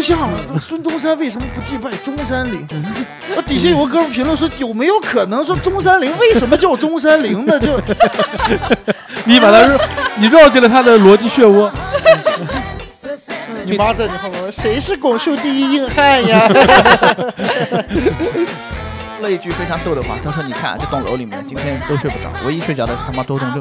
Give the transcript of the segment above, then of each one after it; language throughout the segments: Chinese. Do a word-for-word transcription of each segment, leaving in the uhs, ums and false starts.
象了，说孙中山为什么不祭拜中山陵？底下有个哥们评论说，有没有可能说中山陵为什么叫中山陵呢？就你把它你绕进了他的逻辑漩涡。 你妈在你后面说，谁是拱墅第一硬汉呀？ 了一句非常逗的话，他说：“你看这栋楼里面今天都睡不着，唯一睡着的是他妈多动症。”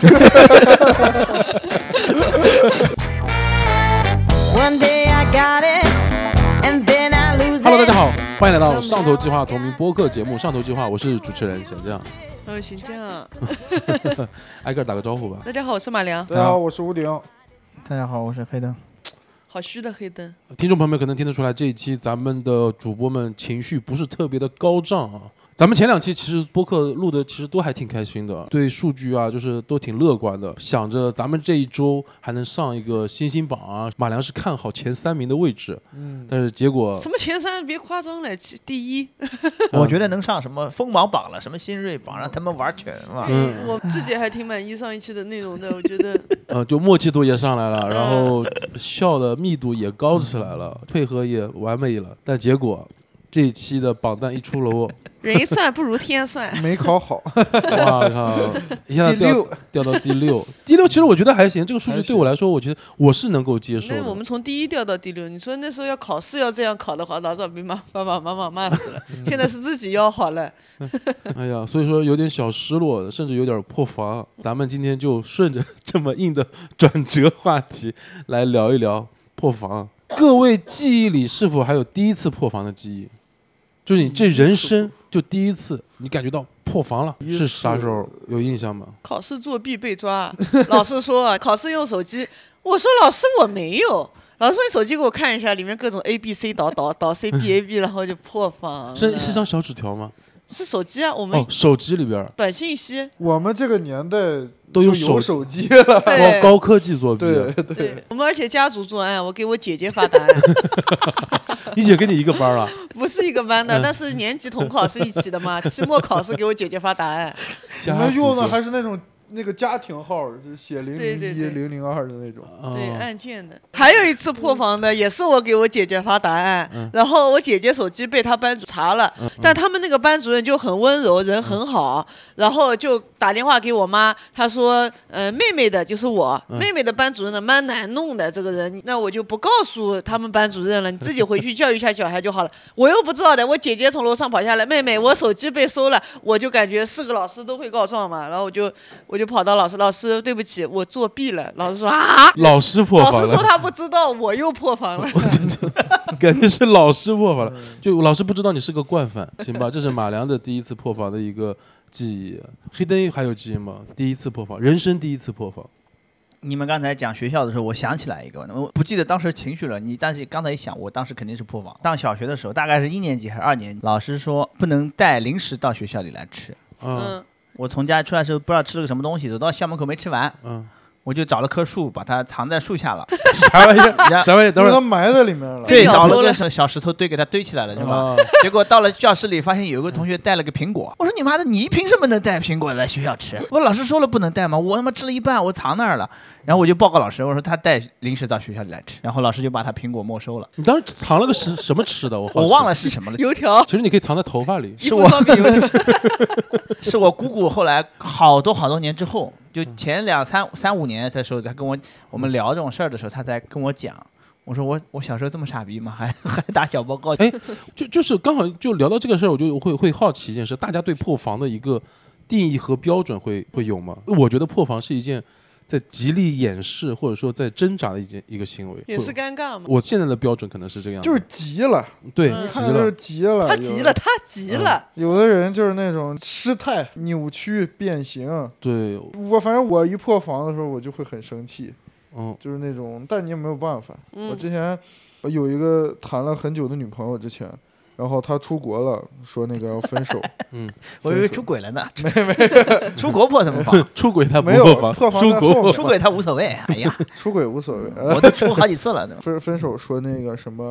Hello， 大家好，欢迎来到上头计划同名播客节目《上头计划》，我是主持人贤将。 呃，行将， 挨个打个招呼吧。 大家好，我是马良。 大家好，我是吴鼎。 大家好，我是黑灯。 好虚的黑灯。 听众朋友们可能听得出来，这一期咱们的主播们情绪不是特别的高涨啊。咱们前两期其实播客录的其实都还挺开心的，对数据啊就是都挺乐观的，想着咱们这一周还能上一个星星榜啊，马良是看好前三名的位置，嗯，但是结果什么前三别夸张了，第一我觉得能上什么锋芒榜了，什么新锐榜，让他们玩全了。 嗯，我自己还挺满意上一期的内容的，我觉得呃，就默契度也上来了，然后笑的密度也高起来了，配合也完美了，但结果这一期的榜单一出炉， 人算不如天算， 没考好， 哇靠，一下子掉掉到第六，第六其实我觉得还行，这个数据对我来说，我觉得我是能够接受的。 那我们从第一掉到第六，你说那时候要考试要这样考的话，老早被妈爸爸妈妈骂死了。现在是自己要好了， 哎呀，所以说有点小失落，甚至有点破防。咱们今天就顺着这么硬的转折话题来聊一聊破防。各位记忆里是否还有第一次破防的记忆？就是你这人生就第一次，你感觉到破防了，是啥时候？有印象吗？ 考试作弊被抓，老师说考试用手机，我说老师我没有。老师说你手机给我看一下，里面各种 A B C 导导导 C B A B， 然后就破防了。 是是张小纸条吗？ 是手机啊，我们哦，手机里边短信息。 我们这个年代都有手手机了， 高高科技作弊。 对对, 对，我们而且家族作案，我给我姐姐发答案。 你姐跟你一个班啊？ 不是一个班的，但是年级统考是一起的嘛。期末考试给我姐姐发答案。 你们用的还是那种那个家庭号，就是写零零一、零零二的那种。 对，按键的。还有一次破防的，也是我给我姐姐发答案，嗯、然后我姐姐手机被她班主查了，嗯、但他们那个班主任就很温柔，人很好，嗯、然后就打电话给我妈，她说，呃，妹妹的就是我，嗯、妹妹的班主任呢蛮难弄的，这个人，那我就不告诉他们班主任了，你自己回去教育一下小孩就好了。我又不知道的，我姐姐从楼上跑下来，妹妹，我手机被收了，我就感觉是个老师都会告状嘛，然后我就我就跑到老师，老师对不起，我作弊了。老师说啊， 老师破防了。 老师说他不知道，我又破防了。 感觉是老师破防了，就老师不知道你是个惯犯，行吧？这是马良的第一次破防的一个记忆。黑灯还有记忆吗？第一次破防，人生第一次破防。 你们刚才讲学校的时候，我想起来一个，我不记得当时情绪了。你但是刚才一想，我当时肯定是破防。上小学的时候，大概是一年级还是二年级，老师说不能带零食到学校里来吃。 嗯。 我从家出来的时候不知道吃了个什么东西，走到校门口没吃完，嗯，我就找了棵树把它藏在树下了。 啥玩意儿？啥玩意儿？等会儿它埋在里面了。 对，找了个小石头堆给它堆起来了，是吧？ 哦、 结果到了教室里，发现有个同学带了个苹果。我说你妈的，你凭什么能带苹果来学校吃？我老师说了不能带吗？我他妈吃了一半，我藏那儿了。然后我就报告老师，我说他带零食到学校里来吃，然后老师就把他苹果没收了。 你当时藏了个什什么吃的？我我忘了是什么了。 油条。 其实你可以藏在头发里。 是我是我姑姑后来好多好多年之后，就前两三三五年的时候，在跟我我们聊这种事儿的时候，他才跟我讲。我说我我小时候这么傻逼吗？还还打小报告？ 哎，就就是刚好就聊到这个事儿，我就会会好奇一件事，大家对破防的一个定义和标准会会有吗？我觉得破防是一件在极力掩饰或者说在挣扎的一件一个行为， 也是尴尬嘛。 我现在的标准可能是这个样子， 就是急了， 对， 嗯、 急了， 急了， 他急了，他急了。 嗯、有的人就是那种失态、扭曲、变形。 对， 我反正我一破防的时候，我就会很生气。 嗯， 就是那种，但你也没有办法。 嗯、 我之前我有一个谈了很久的女朋友，之前。然后他出国了，说那个要分手。 嗯，我以为出轨了呢。 没没， 出国破什么防？ 出轨他不破防， 破防出国出轨他无所谓。哎呀， 出轨无所谓， 我都出好几次了。 分分手说那个什么，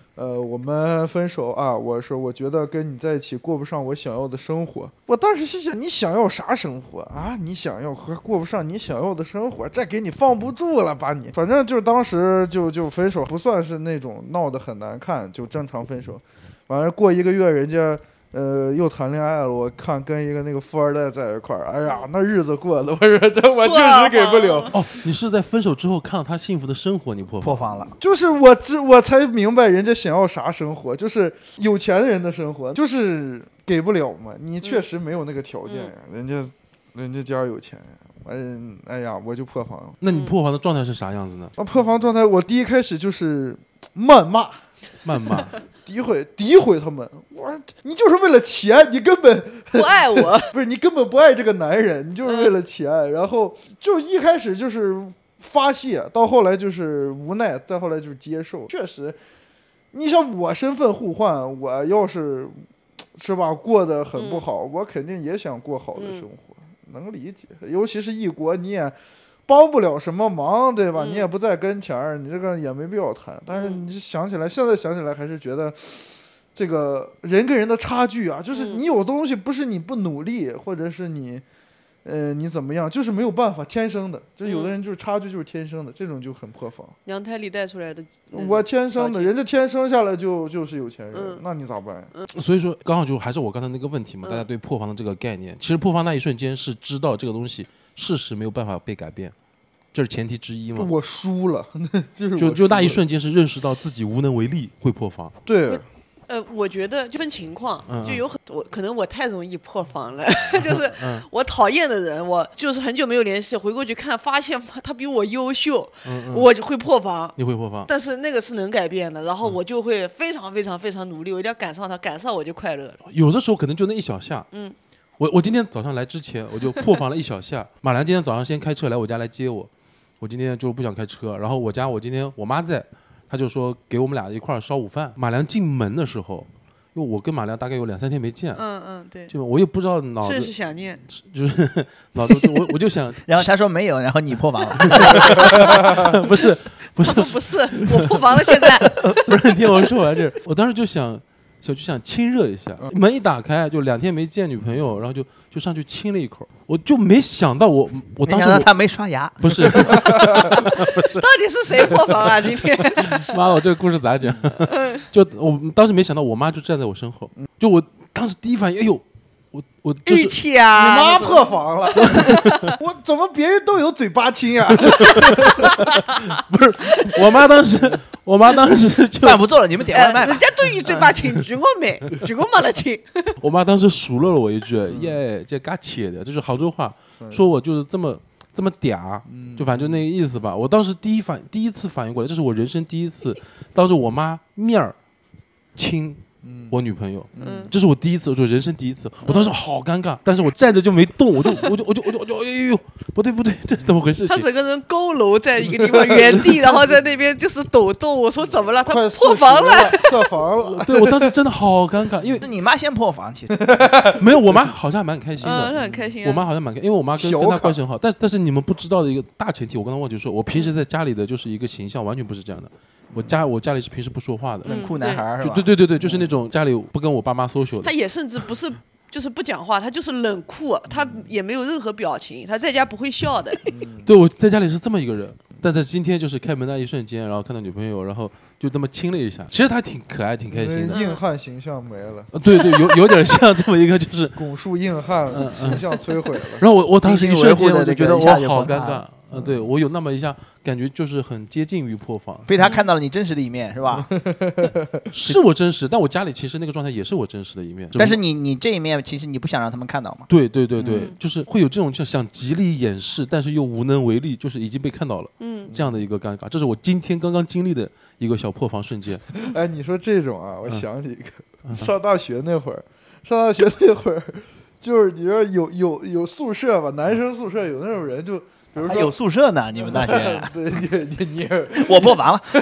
呃，我们分手啊，我说我觉得跟你在一起过不上我想要的生活。我当时心想，你想要啥生活啊？你想要和过不上你想要的生活，这给你放不住了吧你？反正就是当时就就分手，不算是那种闹得很难看，就正常分手。完了过一个月，人家呃又谈恋爱了，我看跟一个那个富二代在一块儿，哎呀，那日子过的，我说这我确实给不了。 哦，你是在分手之后看到他幸福的生活，你破破防了。 就是我知我才明白人家想要啥生活，就是有钱人的生活，就是给不了嘛。你确实没有那个条件呀，嗯、人家人家家有钱呀。嗯，哎呀，我就破防了。 那你破防的状态是啥样子呢？ 啊，破防状态，我第一开始就是谩骂、 谩骂、 诋毁、诋毁他们。我说你就是为了钱，你根本不爱我， 不是你根本不爱这个男人，你就是为了钱。嗯、然后就一开始就是发泄，到后来就是无奈，再后来就是接受。确实，你像我身份互换，我要是是吧过得很不好，嗯、我肯定也想过好的生活，嗯、能理解。尤其是异国，你也帮不了什么忙，对吧？嗯、你也不在跟前儿，你这个也没必要谈。但是你想起来，现在想起来还是觉得。这个人跟人的差距啊，就是你有东西不是你不努力，或者是你，呃，你怎么样，就是没有办法，天生的。就有的人就是差距就是天生的，这种就很破防。 娘胎里带出来的。 我天生的，人家天生下来就就是有钱人，嗯、那你咋办呀？ 嗯、所以说，刚好就还是我刚才那个问题嘛，嗯、大家对破防的这个概念，其实破防那一瞬间是知道这个东西事实没有办法被改变。这是前提之一嘛？ 我输了，就是就就那一瞬间是认识到自己无能为力，会破防。 对。 呃，我觉得就分情况， 嗯、 就有很多可能我太容易破防了，就是我讨厌的人，我就是很久没有联系，回过去看，发现他比我优秀， 嗯嗯、 我就会破防。 你会破防？ 但是那个是能改变的，然后我就会非常非常非常努力，我一定要赶上他，赶上我就快乐了。 有的时候可能就那一小下， 嗯， 我我今天早上来之前我就破防了一小下，马良今天早上先开车来我家来接我，我今天就不想开车，然后我家我今天我妈在，她就说给我们俩一块儿烧午饭。马良进门的时候。因为我跟马良大概有两三天没见， 嗯嗯，对， 就我也不知道脑子甚是想念， 就是脑子就我我就想， 然后他说没有，然后你破防了， 不是不是不是，我破防了现在， 不是你听我说完这，我当时就想就就想亲热一下，门一打开就两天没见女朋友，然后就就上去亲了一口，我就没想到我我当时没想到他没刷牙， 不是， 不是到底是谁破防啊？今天， 妈的，我这个故事咋讲？就我当时没想到，我妈就站在我身后，就我当时第一反应，哎呦，我我玉器啊， 你妈破防了，我怎么别人都有嘴巴亲呀？ 不是，我妈当时，我妈当时就饭不做了，你们点外卖吧。 人家都有嘴巴亲，举我没，举我没了亲。 我妈当时数落了我一句：“耶，这嘎切的，这是杭州话，说我就是这么。”这么嗲，就反正就那个意思吧。我当时第一反第一次反应过来，这是我人生第一次当着我妈面儿亲我女朋友，嗯，这是我第一次，我说人生第一次，我当时好尴尬，但是我站着就没动，我就我就我就我就我就哎呦，不对不对，这怎么回事？ 他整个人佝偻在一个地方原地，然后在那边就是抖动。我说怎么了？他破防了， 破防了。 对，我当时真的好尴尬，因为是你妈先破防，其实没有，我妈好像蛮开心的， 嗯，很开心。 我妈好像蛮开心，因为我妈跟跟她关系很好。但但是你们不知道的一个大前提，我刚刚忘记说，我平时在家里的就是一个形象完全不是这样的。我家我家里是平时不说话的， 冷酷男孩是吧？ 对对对对，就是那种家里不跟我爸妈 social 的。 他也甚至不是就是不讲话，他就是冷酷，他也没有任何表情，他在家不会笑的。 对，我在家里是这么一个人，但在今天就是开门那一瞬间，然后看到女朋友，然后就这么亲了一下，其实他挺可爱挺开心的。 硬汉形象没了， 对对，有有点像这么一个就是拱树硬汉形象摧毁了。 然后我我当时一瞬间我就觉得我好尴尬。嗯，对我有那么一下感觉，就是很接近于破防， 被他看到了你真实的一面，是吧？ 是我真实，但我家里其实那个状态也是我真实的一面。 但是你你这一面，其实你不想让他们看到嘛？ 对对对对，嗯、就是会有这种就想极力掩饰，但是又无能为力，就是已经被看到了，嗯，这样的一个尴尬。这是我今天刚刚经历的一个小破防瞬间。 哎，你说这种啊，我想起一个，嗯、上大学那会儿，上大学那会儿，就是你说有有有宿舍吧，男生宿舍有那种人就。比如说还有宿舍呢，你们大学？ 对，你你你， 我破防了。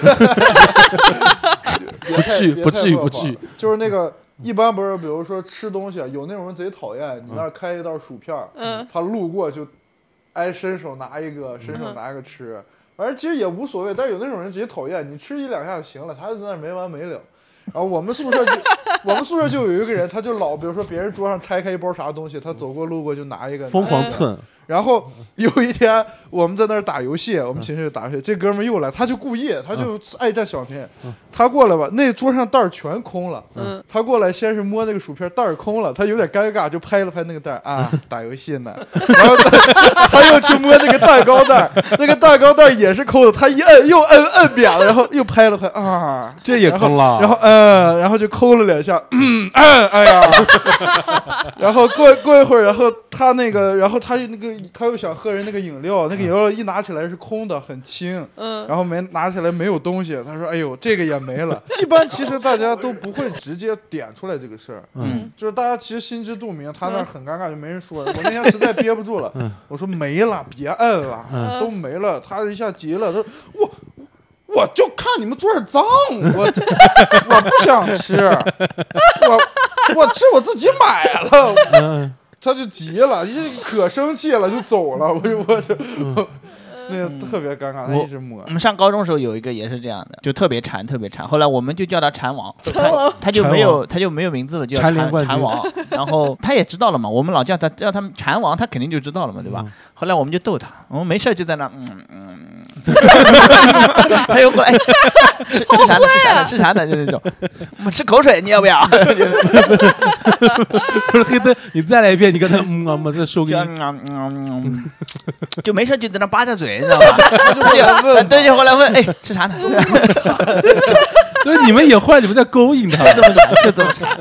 不至于，不至于，不至于。 就是那个一般不是，比如说吃东西，有那种人贼讨厌，你那儿开一袋薯片，嗯，他路过就，哎，伸手拿一个，伸手拿一个吃。 反正其实也无所谓，但是有那种人直接讨厌，你吃一两下就行了，他就在那儿没完没了。然后我们宿舍就我们宿舍就有一个人，他就老比如说别人桌上拆开一包啥东西，他走过路过就拿一个疯狂蹭。 然后有一天我们在那儿打游戏，我们寝室打游戏，这哥们又来，他就故意，他就爱占小便宜。他过来吧，那桌上袋儿全空了。嗯，他过来先是摸那个薯片，袋儿空了，他有点尴尬，就拍了拍那个袋儿啊，打游戏呢。然后他, 他又去摸那个蛋糕袋，那个蛋糕袋也是空的，他一摁又摁摁扁了，然后又拍了拍啊， 这也空了。 然后嗯、呃，然后就抠了两下，嗯嗯，哎呀，然后过过一会儿，然后他那个，然后他那个。他又想喝人那个饮料，那个饮料一拿起来是空的，很轻，嗯，然后没拿起来没有东西，他说：“哎呦，这个也没了。”一般其实大家都不会直接点出来这个事儿，嗯，就是大家其实心知肚明，他那儿很尴尬，就没人说。我那天实在憋不住了，嗯、我说没了，别摁了，嗯、都没了。他一下急了，他说：“我我就看你们桌上脏，我我不想吃，我我吃我自己买了。嗯”他就急了，可生气了，就走了。我就我就、嗯、那个特别尴尬，他一直摸。 我们上高中的时候有一个也是这样的，就特别馋，特别馋。后来我们就叫他馋王，他他就没有他就没有名字了，就叫馋馋王。然后他也知道了嘛，我们老叫他叫他们馋王，他肯定就知道了嘛，对吧？嗯、后来我们就逗他，我们没事就在那嗯嗯。他又过来，吃吃啥的吃啥的吃啥的，就那种，我们吃口水，你要不要？ 不是黑灯，你再来一遍，你跟他嗯啊嘛再收个音， 就没事就在那扒着嘴，你知道吧？对，就后来问，哎，吃啥呢？ 就是你们也坏，你们在勾引他， 这么馋，就这么馋。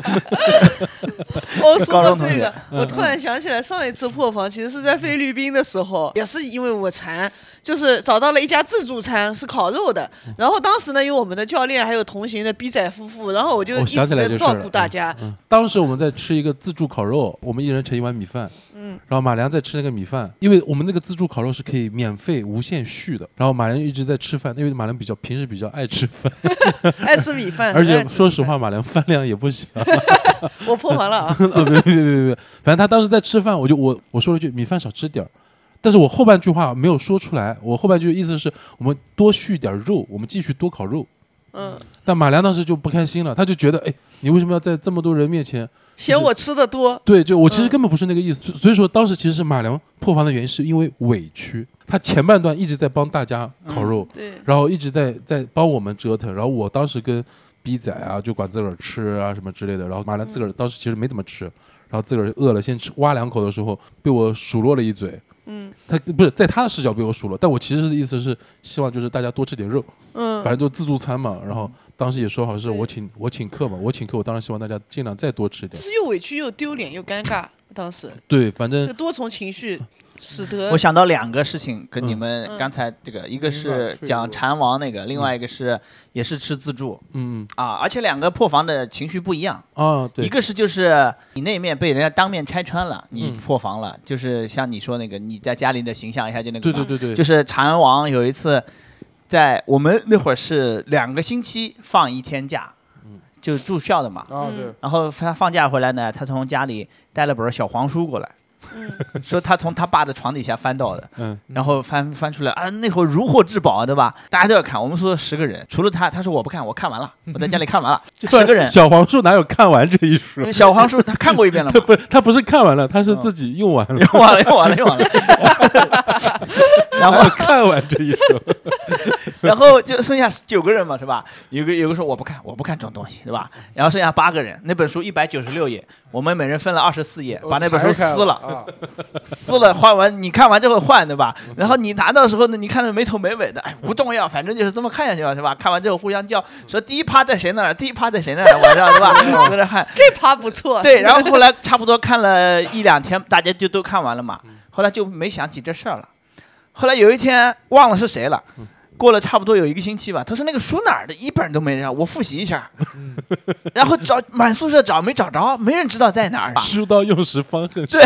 我说到这个，我突然想起来，上一次破防其实是在菲律宾的时候，也是因为我馋，就是找到了一家自助餐是烤肉的，然后当时呢有我们的教练还有同行的逼仔夫妇，然后我就一直在照顾大家。 嗯嗯、当时我们在吃一个自助烤肉，我们一人盛一碗米饭，嗯，然后马良在吃那个米饭，因为我们那个自助烤肉是可以免费无限续的，然后马良一直在吃饭，因为马良比较平时比较爱吃饭。 爱吃米饭， 而且说实话，马良饭量也不小。 我破防了啊！ 别别别别别，反正他当时在吃饭，我就我我说了一句米饭少吃点儿，但是我后半句话没有说出来，我后半句意思是我们多续点肉，我们继续多烤肉。嗯，但马良当时就不开心了，他就觉得，哎，你为什么要在这么多人面前嫌我吃的多？ 对，就我其实根本不是那个意思，嗯、所以说当时其实是马良破防的原因是因为委屈。他前半段一直在帮大家烤肉， 嗯、对， 然后一直在在帮我们折腾，然后我当时跟逼仔啊就管自个儿吃啊什么之类的，然后马良自个儿当时其实没怎么吃，然后自个儿饿了先吃挖两口的时候被我数落了一嘴，嗯，他不是在他的视角被我数落，但我其实的意思是希望就是大家多吃点肉，嗯，反正就自助餐嘛，然后当时也说好是我请我请客嘛，我请客我当然希望大家尽量再多吃点， 就是又委屈又丢脸又尴尬，当时对，反正就多重情绪。使得我想到两个事情跟你们刚才这个，嗯、一个是讲馋王那个，嗯、另外一个是也是吃自助，嗯啊，而且两个破防的情绪不一样啊，对， 一个是就是你那面被人家当面拆穿了，你破防了，嗯、就是像你说那个你在家里的形象一下就那个， 对对对对， 就是馋王有一次在我们那会儿是两个星期放一天假，嗯，就住校的嘛， 啊对， 然后他放假回来呢，他从家里带了本小黄书过来。嗯、说他从他爸的床底下翻到的，嗯，然后翻翻出来啊，那会儿如获至宝，对吧？大家都要看。我们说十个人，除了他，他说我不看，我看完了，我在家里看完了。十个人， 小黄书哪有看完这一说？ 小黄书他看过一遍了吗？ 不，他不是看完了，他是自己用完了， 用完了，用完了，用完了。然后看完这一说， 然后就剩下九个人嘛，是吧？有个有个说我不看，我不看这种东西，对吧？然后剩下八个人，那本书一百九十六页，我们每人分了二十四页，把那本书撕了。撕了换完，你看完之后换，对吧？然后你拿到的时候呢，你看着没头没尾的，哎，不重要，反正就是这么看下去了，是吧？看完之后互相叫，说第一趴在谁那儿，第一趴在谁那儿，晚上是吧？在那看， 这趴不错。 对，然后后来差不多看了一两天，大家就都看完了嘛。后来就没想起这事儿了。后来有一天忘了是谁了。过了差不多有一个星期吧，他说那个书哪儿的，一本都没让我复习一下，嗯、然后找满宿舍找没找着，没人知道在哪儿。 书到用时方恨少。 对，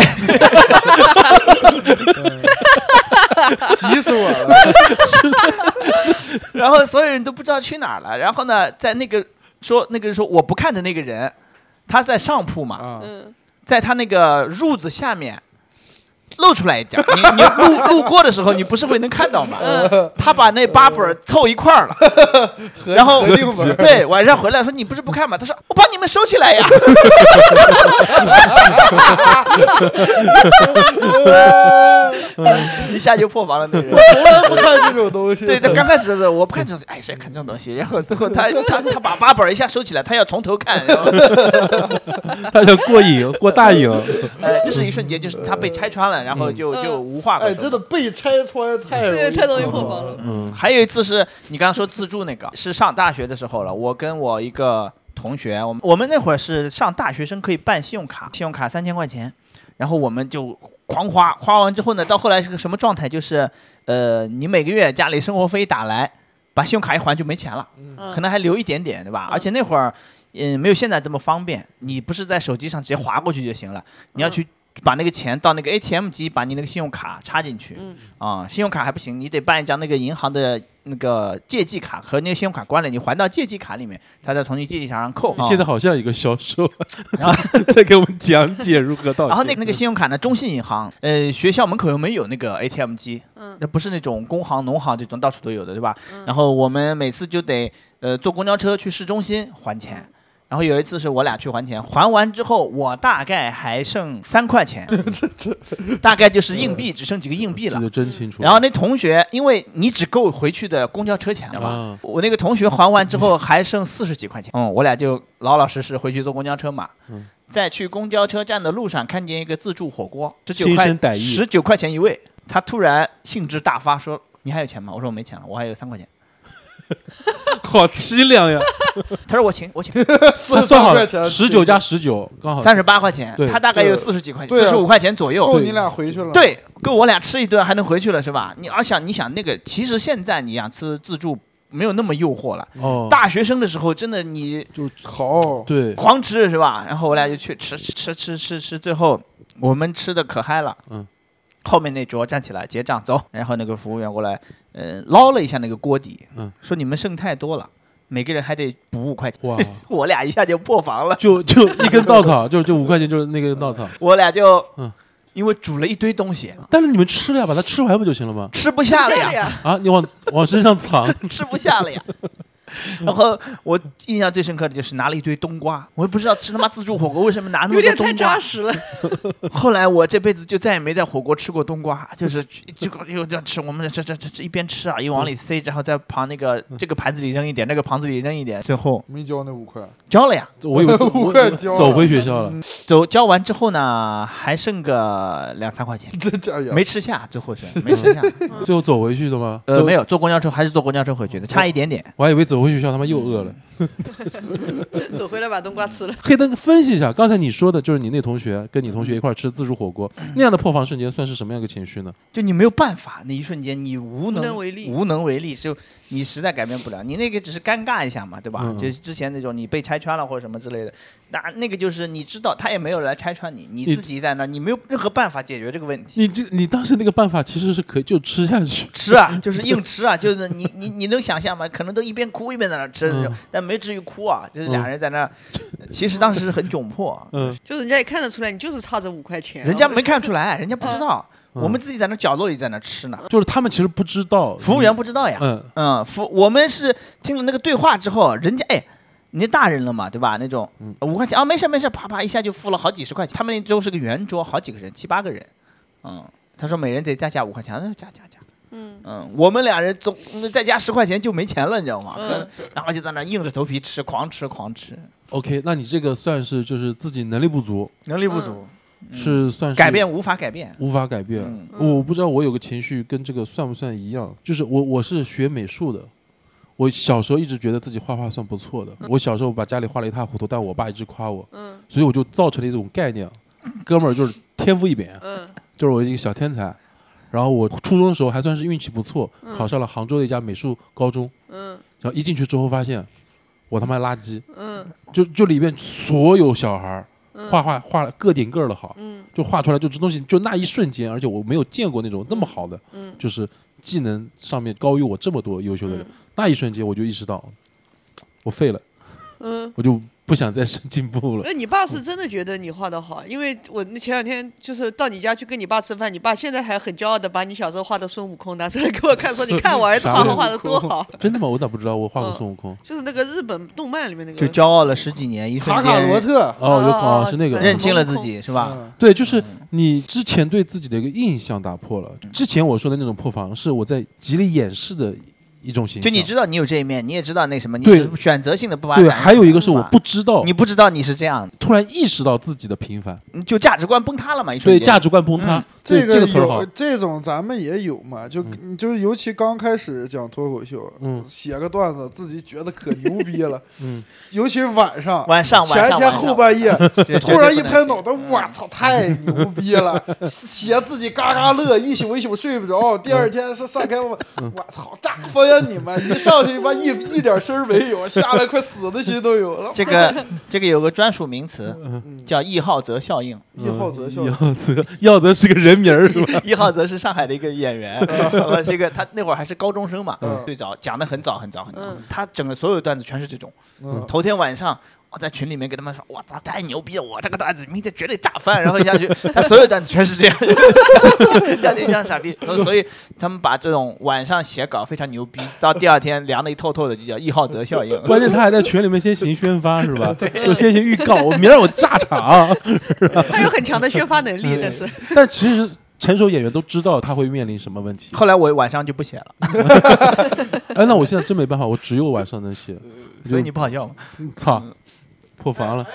急死我了。 然后所有人都不知道去哪儿了。然后呢，在那个说那个说我不看的那个人，他在上铺嘛，嗯、在他那个褥子下面露出来一点，你你路路过的时候，你不是会能看到吗？他把那八本凑一块儿了，然后对晚上回来说你不是不看吗？他说我帮你们收起来呀。一下就破防了那人。 我从来不看这种东西。 对，他刚开始的时候我不看这种，哎，谁看这种东西？然后最后他他他把八本一下收起来，他要从头看。然后他想过瘾，过大瘾。 哎，这是一瞬间，就是他被拆穿了，然后就、嗯、就无话可说。 哎，真的被拆穿太容易， 太容易破防了。 嗯，还有一次是你刚刚说自助那个，是上大学的时候了，我跟我一个同学，我们我们那会儿是上大学生可以办信用卡，信用卡三千块钱，然后我们就狂花，花完之后呢，到后来是个什么状态？就是呃，你每个月家里生活费打来，把信用卡一还就没钱了，嗯、可能还留一点点，对吧？嗯、而且那会儿嗯没有现在这么方便，你不是在手机上直接划过去就行了，你要去把那个钱到那个 A T M 机把你那个信用卡插进去，嗯啊、呃，信用卡还不行，你得办一张那个银行的那个借记卡，和那个信用卡关了，你还到借记卡里面，他再从你借记卡上扣。 你现在好像一个销售，然后再给我们讲解如何盗窃。 然后那那个信用卡呢，中信银行，呃，学校门口又没有那个 A T M 机，嗯，那不是那种工行、农行这种到处都有的，对吧？嗯、然后我们每次就得呃坐公交车去市中心还钱。然后有一次是我俩去还钱，还完之后我大概还剩三块钱，大概就是硬币只剩几个硬币了。 记得真清楚。 然后那同学，因为你只够回去的公交车钱了嘛，啊、我那个同学还完之后还剩四十几块钱，嗯，我俩就老老实实回去坐公交车嘛。嗯、在去公交车站的路上看见一个自助火锅，十九块，十九块钱一位。他突然兴致大发说：“你还有钱吗？”我说：“我没钱了，我还有三块钱。” 好凄凉呀！ 他说我请我请， 他算好了，十九加十九刚好三十八块钱，他大概有四十几块钱，四十五块钱左右， 够你俩回去了。 对，够我俩吃一顿还能回去了是吧？你而想你想那个，其实现在你想吃自助没有那么诱惑了。哦，大学生的时候真的你就好对狂吃是吧？然后我俩就去吃吃吃吃吃，最后我们吃的可嗨了。嗯。后面那桌站起来结账走，然后那个服务员过来，呃，捞了一下那个锅底，嗯，说你们剩太多了，每个人还得补五块钱。哇，我俩一下就破防了， 就就一根稻草，就就五块钱就是那根稻草。 我俩就，嗯，因为煮了一堆东西， 但是你们吃了呀，把它吃完不就行了吗？ 吃不下了呀！ 啊，你往往身上藏， 吃不下了呀。然后我印象最深刻的就是拿了一堆冬瓜，我也不知道吃他妈自助火锅为什么拿那么多冬瓜， 有点太扎实了。 后来我这辈子就再也没在火锅吃过冬瓜，就是这个又这样吃，我们这这这这一边吃啊，一往里塞，然后在旁那个这个盘子里扔一点，那个盘子里扔一点，最后没交那五块， 交了呀， 我以为五块交走回学校了， 走交完之后呢，还剩个两三块钱，没吃下，最后是没吃下， 最后走回去的吗？ 呃，没有，坐公交车还是坐公交车回去的，差一点点。 我还以为走回学校他妈又饿了。 走回来把冬瓜吃了。 可以跟分析一下，刚才你说的就是你那同学跟你同学一块吃自助火锅那样的破防瞬间，算是什么样一个情绪呢？ 就你没有办法，那一瞬间你无能无能为力， 无能为力，就你实在改变不了。你那个只是尴尬一下嘛，对吧？嗯、就是之前那种你被拆穿了或者什么之类的，那那个就是你知道他也没有来拆穿你，你自己在那，你没有任何办法解决这个问题。 你这你当时那个办法其实是可以就吃下去， 吃啊，就是硬吃啊，就是你你你能想象吗？可能都一边哭一边在那吃，嗯、但没至于哭啊，就是俩人在那，嗯、其实当时是很窘迫，嗯， 就人家也看得出来，你就是差这五块钱， 人家没看出来，人家不知道。嗯、我们自己在那角落里在那吃呢， 就是他们其实不知道， 服务员不知道呀。嗯嗯，服我们是听了那个对话之后，人家哎，人家大人了嘛，对吧？那种五块钱啊，没事没事，啪啪一下就付了好几十块钱。他们那桌是个圆桌，好几个人，七八个人。嗯，他说每人得再加五块钱，加加加。嗯嗯，我们俩人总再加十块钱就没钱了，你知道吗？嗯、然后就在那硬着头皮吃，狂吃狂吃。 OK， 那你这个算是就是自己能力不足， 能力不足。嗯是算是改变无法改变， 无法改变。嗯、我不知道我有个情绪跟这个算不算一样，就是我我是学美术的，我小时候一直觉得自己画画算不错的。嗯、我小时候把家里画了一塌糊涂，但我爸一直夸我，嗯、所以我就造成了一种概念，哥们儿就是天赋异禀，嗯、就是我一个小天才。然后我初中的时候还算是运气不错，嗯、考上了杭州的一家美术高中，嗯、然后一进去之后发现我他妈垃圾，嗯、就就里面所有小孩画画画个顶个的好，嗯、就画出来就这东西就那一瞬间，而且我没有见过那种那么好的，嗯、就是技能上面高于我这么多优秀的人，嗯、那一瞬间我就意识到我废了，嗯、我就不想再进步了。 那你爸是真的觉得你画的好，因为我那前两天就是到你家去跟你爸吃饭，你爸现在还很骄傲的把你小时候画的孙悟空拿出来给我看，说你看我儿子画画画的多好。 真的吗？我咋不知道我画过孙悟空？ 就是那个日本动漫里面那个， 就骄傲了十几年，一瞬卡卡罗间特， 哦，有哦哦是那个认清了自己，是吧？ 嗯对，就是你之前对自己的一个印象打破了。之前我说的那种破防，是我在极力掩饰的一种形象。 就你知道你有这一面，你也知道那什么，你对是选择性的不把它对， 展示还有一个是我出来不知道， 你不知道你是这样， 突然意识到自己的平凡， 就价值观崩塌了嘛，一瞬间。 对价值观崩塌嗯。 对这个这个词儿好有，这种咱们也有嘛，就、 嗯就是尤其刚开始讲脱口秀， 嗯写个段子自己觉得可牛逼了， 嗯， 尤其是晚上， 晚上晚前天上晚上后半夜， 绝突然一拍， 绝对脑袋，我操，太牛逼了，写自己嘎嘎乐，一宿一宿睡不着，第二天是上开我，我操，炸疯呀你们！一上去吧，一一点声儿没有，下来快死的心都有了。 这个这个有个专属名词嗯叫易浩泽效应。 易浩泽效耀应， 泽，耀泽是个人名儿是吧？ 易浩泽是上海的一个演员，呃，这个他那会儿还是高中生嘛， 嗯最早讲的很早很早很早嗯， 他整个所有段子全是这种。 嗯头天晚上我在群里面跟他们说，哇操，太牛逼了，我这个段子明天绝对炸翻，然后一下去，他所有段子全是这样，像你这样傻逼，所以他们把这种晚上写稿非常牛逼，到第二天凉的一透透的，就叫易浩泽效应。 关键他还在群里面先行宣发是吧？就先行预告，我明儿我炸场。 他有很强的宣发能力，但是但其实成熟演员都知道他会面临什么问题。 后来我晚上就不写了， 哎，那我现在真没办法，我只有晚上能写。 所以你不好笑嘛。 操，破防了，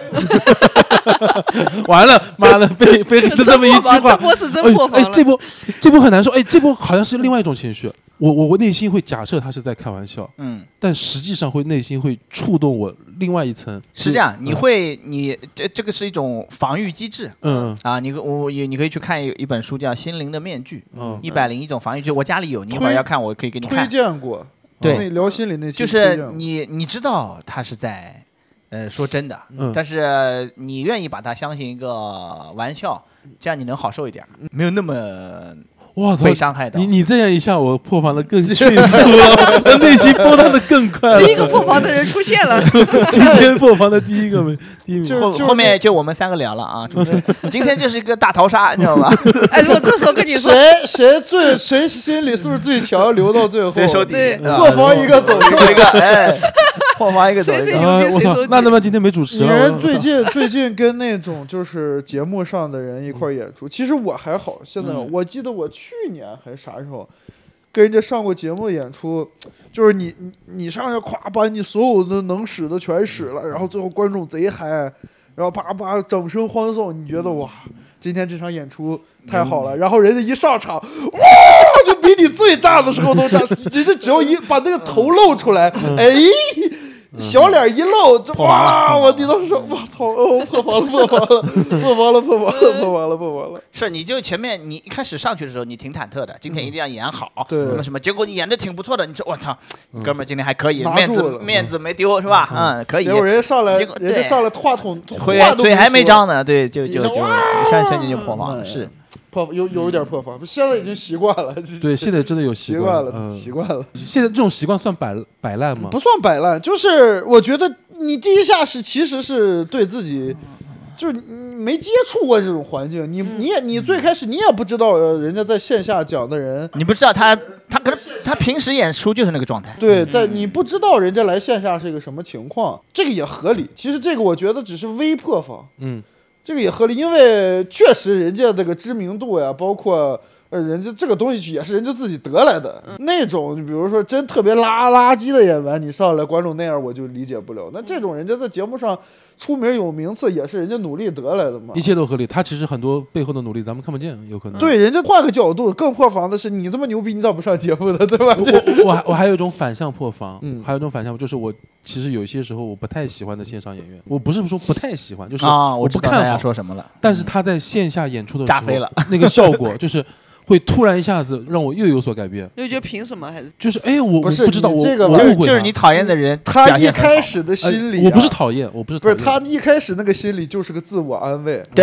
完了，妈的，被被黑的这么一句话， 这波是真破防了，。 哎哎这波这波很难受，哎，这波好像是另外一种情绪。我我我内心会假设他是在开玩笑， 嗯， 但实际上会内心会触动我另外一层。 是这样，你会你这这个是一种防御机制。 嗯啊，你我也你可以去看一一本书叫《心灵的面具》， 嗯一百零一种防御机制，我家里有，你一会儿要看，我可以给你推看。 荐过， 对那聊心理那期就是推荐过你你知道他是在呃说真的， 嗯但是你愿意把它相信一个玩笑，这样你能好受一点，没有那么哇操被！伤害到。 你你这样一下，我破防的更迅速了，我内心崩塌的更快了。 第一个破防的人出现了， 今天破防的第一个没第一名， 后就就是后面就我们三个聊了啊，主持人今天就是一个大逃杀，你知道吧？ 哎，我这时候跟你说， 谁谁最谁心理素质最强，留到最后， 谁收底？ 对是吧破防一个走一个。 走一个，哎，破防一个走一个。 谁谁牛啊我操逼谁说， 那他妈今天没主持你了。 人最近最近跟那种就是节目上的人一块儿演出，其实我还好。现在嗯我记得我去年还是啥时候，跟人家上过节目演出，就是你你你上去夸把你所有的能使的全使了，然后最后观众贼嗨，然后啪啪掌声欢送，你觉得哇，今天这场演出太好了。然后人家一上场，哇，就比你最炸的时候都炸，人家只要一把那个头露出来，哎。小脸一露，这哇！我你当时说，我操，哦，破防了，破防了，破防了，破防了，破防了，破防了。 是，你就前面你一开始上去的时候，你挺忐忑的，今天一定要演好， 对什么什么，结果你演的挺不错的，你说我操，哥们儿今天还可以， 拿面子住了面子没丢是吧？嗯，可以结。果人家上来， 结果人家对上来话筒腿话都腿还没说张呢，对，就底下就就哇上瞬间就破防了， 嗯是。 破有有一点破防，现在已经习惯了， 对，现在真的有习习惯了， 嗯， 习惯了， 现在这种习惯算摆摆烂吗？ 不算摆烂，就是我觉得你第一下是其实是对自己。就是你没接触过这种环境，你你也你最开始你也不知道呃人家在线下讲的人， 你不知道他他可能他平时演出就是那个状态， 对，在你不知道人家来线下是一个什么情况，这个也合理。其实这个我觉得只是微破防， 嗯， 这个也合理，因为确实人家这个知名度呀，包括呃人家这个东西也是人家自己得来的。那种比如说真特别拉垃圾的演员，你上来观众那样我就理解不了。那这种人家在节目上出名有名次，也是人家努力得来的嘛一。切都合理。他其实很多背后的努力咱们看不见，有可能。 对，人家换个角度，更破防的是你这么牛逼，你咋不上节目呢？对吧？ 我我我还我还有一种反向破防， 嗯还有一种反向，就是我其实有些时候我不太喜欢的线上演员，我不是说不太喜欢，就是啊， 我知道大家不看好， 说什么了， 但是他在线下演出的时候炸飞了， 那个效果就是会突然一下子让我又有所改变， 就觉得凭什么还是就是哎，我不是我不知道，我你这个我误会他就是就是你讨厌的人， 他一表现很好开始的心理、啊哎我不是讨厌，我不是不是讨厌他一开始那个心理就是个自我安慰， 对，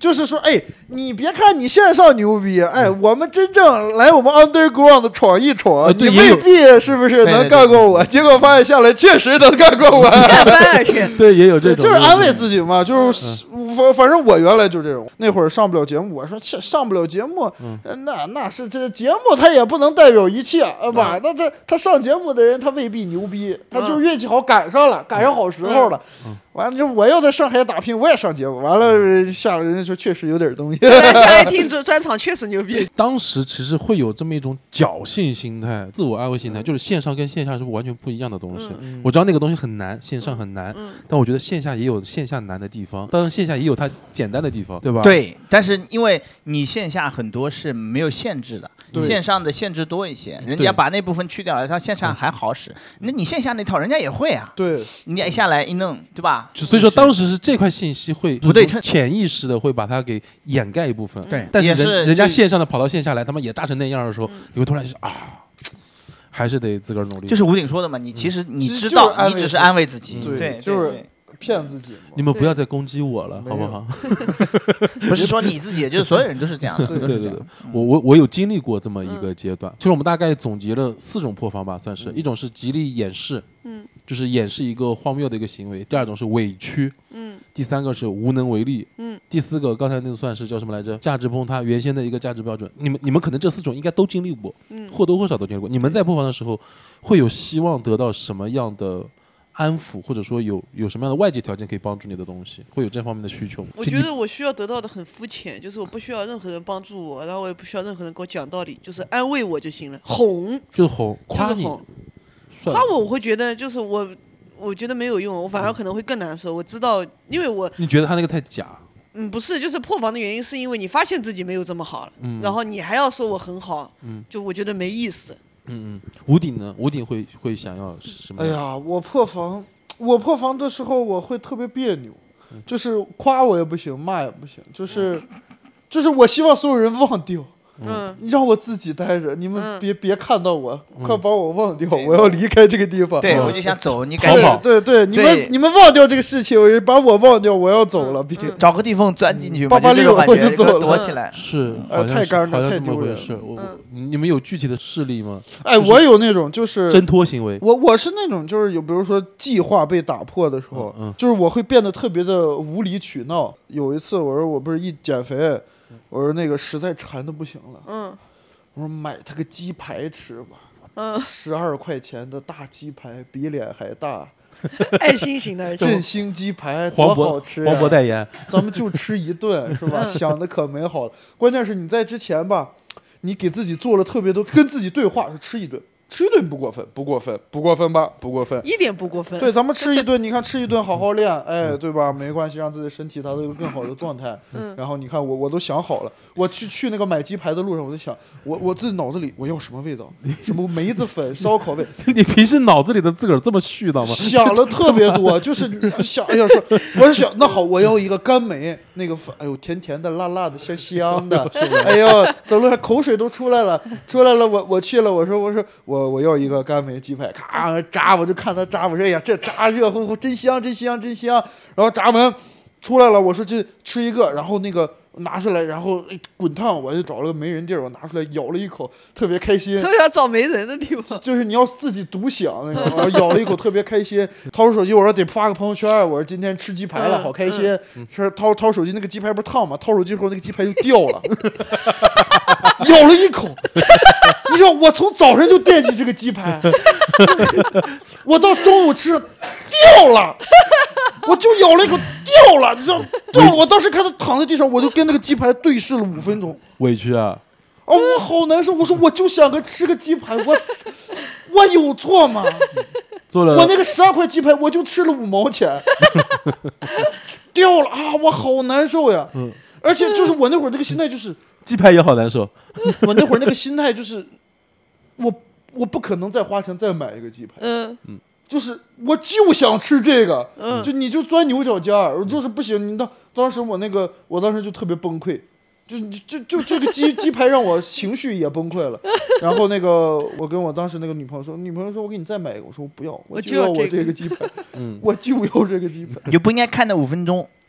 就是说，哎，你别看你线上牛逼，哎，我们真正来我们 underground 闯一闯， 啊你未必是不是能干过我？结果发现下来确实能干过我， 干翻而且对，也有这种， 就是安慰自己嘛，就是反反正我原来就这种，那会儿上不了节目，我说切上不了节目，那那是这节目它也不能代表一切啊吧？那这他上节目的人他未必牛逼，他就是运气好赶上了，赶上好时候了。完了就我要在上海打拼，我也上节目。完了下了人家说确实有点东西。 现在听专专场确实牛逼。 当时其实会有这么一种侥幸心态、自我安慰心态，就是线上跟线下是完全不一样的东西。 嗯、 我知道那个东西很难，线上很难， 嗯、 但我觉得线下也有线下难的地方，当然线下也有它简单的地方，对吧？ 对，但是因为你线下很多是没有限制的，线上的限制多一些，人家把那部分去掉了，它线上还好使。那你线下那套人家也会啊， 对， 你一下来一弄，对吧？ 所以说当时是这块信息会不对称， 潜意识的会把它给掩盖一部分。 对， 但是人是人家线上的跑到线下来，他们也炸成那样的时候，你会突然就啊，还是得自个儿努力。 就是吴鼎说的嘛，你其实你知道，你只是安慰自己，对， 就是骗自己。 你们不要再攻击我了，好不好？ 不是说你自己，就是所有人都是这样的。 对对对，我我我有经历过这么一个阶段。其实我们大概总结了四种破防吧，算是一种是极力掩饰，嗯，就是掩饰一个荒谬的一个行为；第二种是委屈，嗯；第三个是无能为力，嗯；第四个刚才那个算是叫什么来着？价值崩塌原先的一个价值标准。你们你们可能这四种应该都经历过，嗯，或多或少都经历过。你们在破防的时候，会有希望得到什么样的安抚，或者说有有什么样的外界条件可以帮助你的东西，会有这方面的需求吗？ 我觉得我需要得到的很肤浅，就是我不需要任何人帮助我，然后我也不需要任何人给我讲道理，就是安慰我就行了，哄就是哄，夸你， 夸我我会觉得就是我，我觉得没有用，我反而可能会更难受。我知道，因为我你觉得他那个太假。 嗯，不是，就是破防的原因是因为你发现自己没有这么好了，嗯、然后你还要说我很好，嗯、就我觉得没意思。 嗯嗯，吴鼎呢？吴鼎会会想要什么？ 哎呀，我破防，我破防的时候我会特别别扭，嗯、就是夸我也不行，骂也不行，就是，嗯、就是我希望所有人忘掉。嗯，你让我自己待着，你们别、嗯、别看到我，嗯、快把我忘掉，我要离开这个地方。 对， 嗯、 我就想走，你赶紧跑。对对，你们你们忘掉这个事情，我把我忘掉，我要走了。 嗯、找个地方钻进去， 八八六我就走了， 躲起来。 是， 呃，太尴尬，太丢人。 是，我你们有具体的事例吗？ 哎，我有那种就是挣脱行为。 我我是那种就是有，比如说计划被打破的时候，嗯，就是我会变得特别的无理取闹。有一次，我说我不是一减肥，我说那个实在馋的不行了，嗯。我说买他个鸡排吃吧，嗯，十二块钱的大鸡排比脸还大， 爱心型的振兴鸡排多好吃呀！ 黄渤代言， 咱们就吃一顿是吧？想的可美好了。关键是你在之前吧，你给自己做了特别多，跟自己对话，是吃一顿。吃一顿不过分，不过分，不过分吧？不过分， 一点不过分。 对，咱们吃一顿，你看吃一顿好好练，哎，对吧？没关系，让自己身体达到一个更好的状态。嗯。然后你看我，我都想好了，我去去那个买鸡排的路上，我就想，我我自己脑子里我要什么味道？什么梅子粉、烧烤味？ 你平时脑子里的自个儿这么絮叨吗？ 想了特别多，就是想，哎呀，说我是想，那好，我要一个干梅，那个粉，哎呦，甜甜的、辣辣的、香香的，哎呦，走路上口水都出来了，出来了，我我去了，我说我说我我要一个干。梅鸡排，咔炸，我就看他炸，我说哎呀，这炸热乎乎，真香，真香，真香。然后炸完出来了，我说这吃一个，然后那个拿出来，然后滚烫，我就找了个没人地儿，我拿出来咬了一口，特别开心。 要找没人的地方， 就是你要自己独享那种。我咬了一口，特别开心。掏出手机，我说得发个朋友圈，我说今天吃鸡排了，好开心。是掏掏手机，那个鸡排不是烫吗？掏手机后那个鸡排就掉了，咬了一口。你知道我从早上就惦记这个鸡排，我到中午吃掉了，我就咬了一口掉了，你知道掉了。我当时看他躺在地上，我就跟那个鸡排对视了五分钟。 委屈啊！ 哦，我好难受。我说我就想个吃个鸡排，我我有错吗？ 做了我那个十二块鸡排，我就吃了五毛钱，掉了啊！我好难受呀。嗯，而且就是我那会儿那个心态就是鸡排也好难受。 我那会儿那个心态就是。我我不可能再花钱再买一个鸡排，嗯嗯，就是我就想吃这个，嗯，就你就钻牛角尖儿，就是不行。你当当时我那个，我当时就特别崩溃，就就就这个鸡鸡排让我情绪也崩溃了。然后那个我跟我当时那个女朋友说，女朋友说我给你再买一个，我说我不要，我就要我这个鸡排，嗯，我就要这个鸡排。 你就不应该看那五分钟。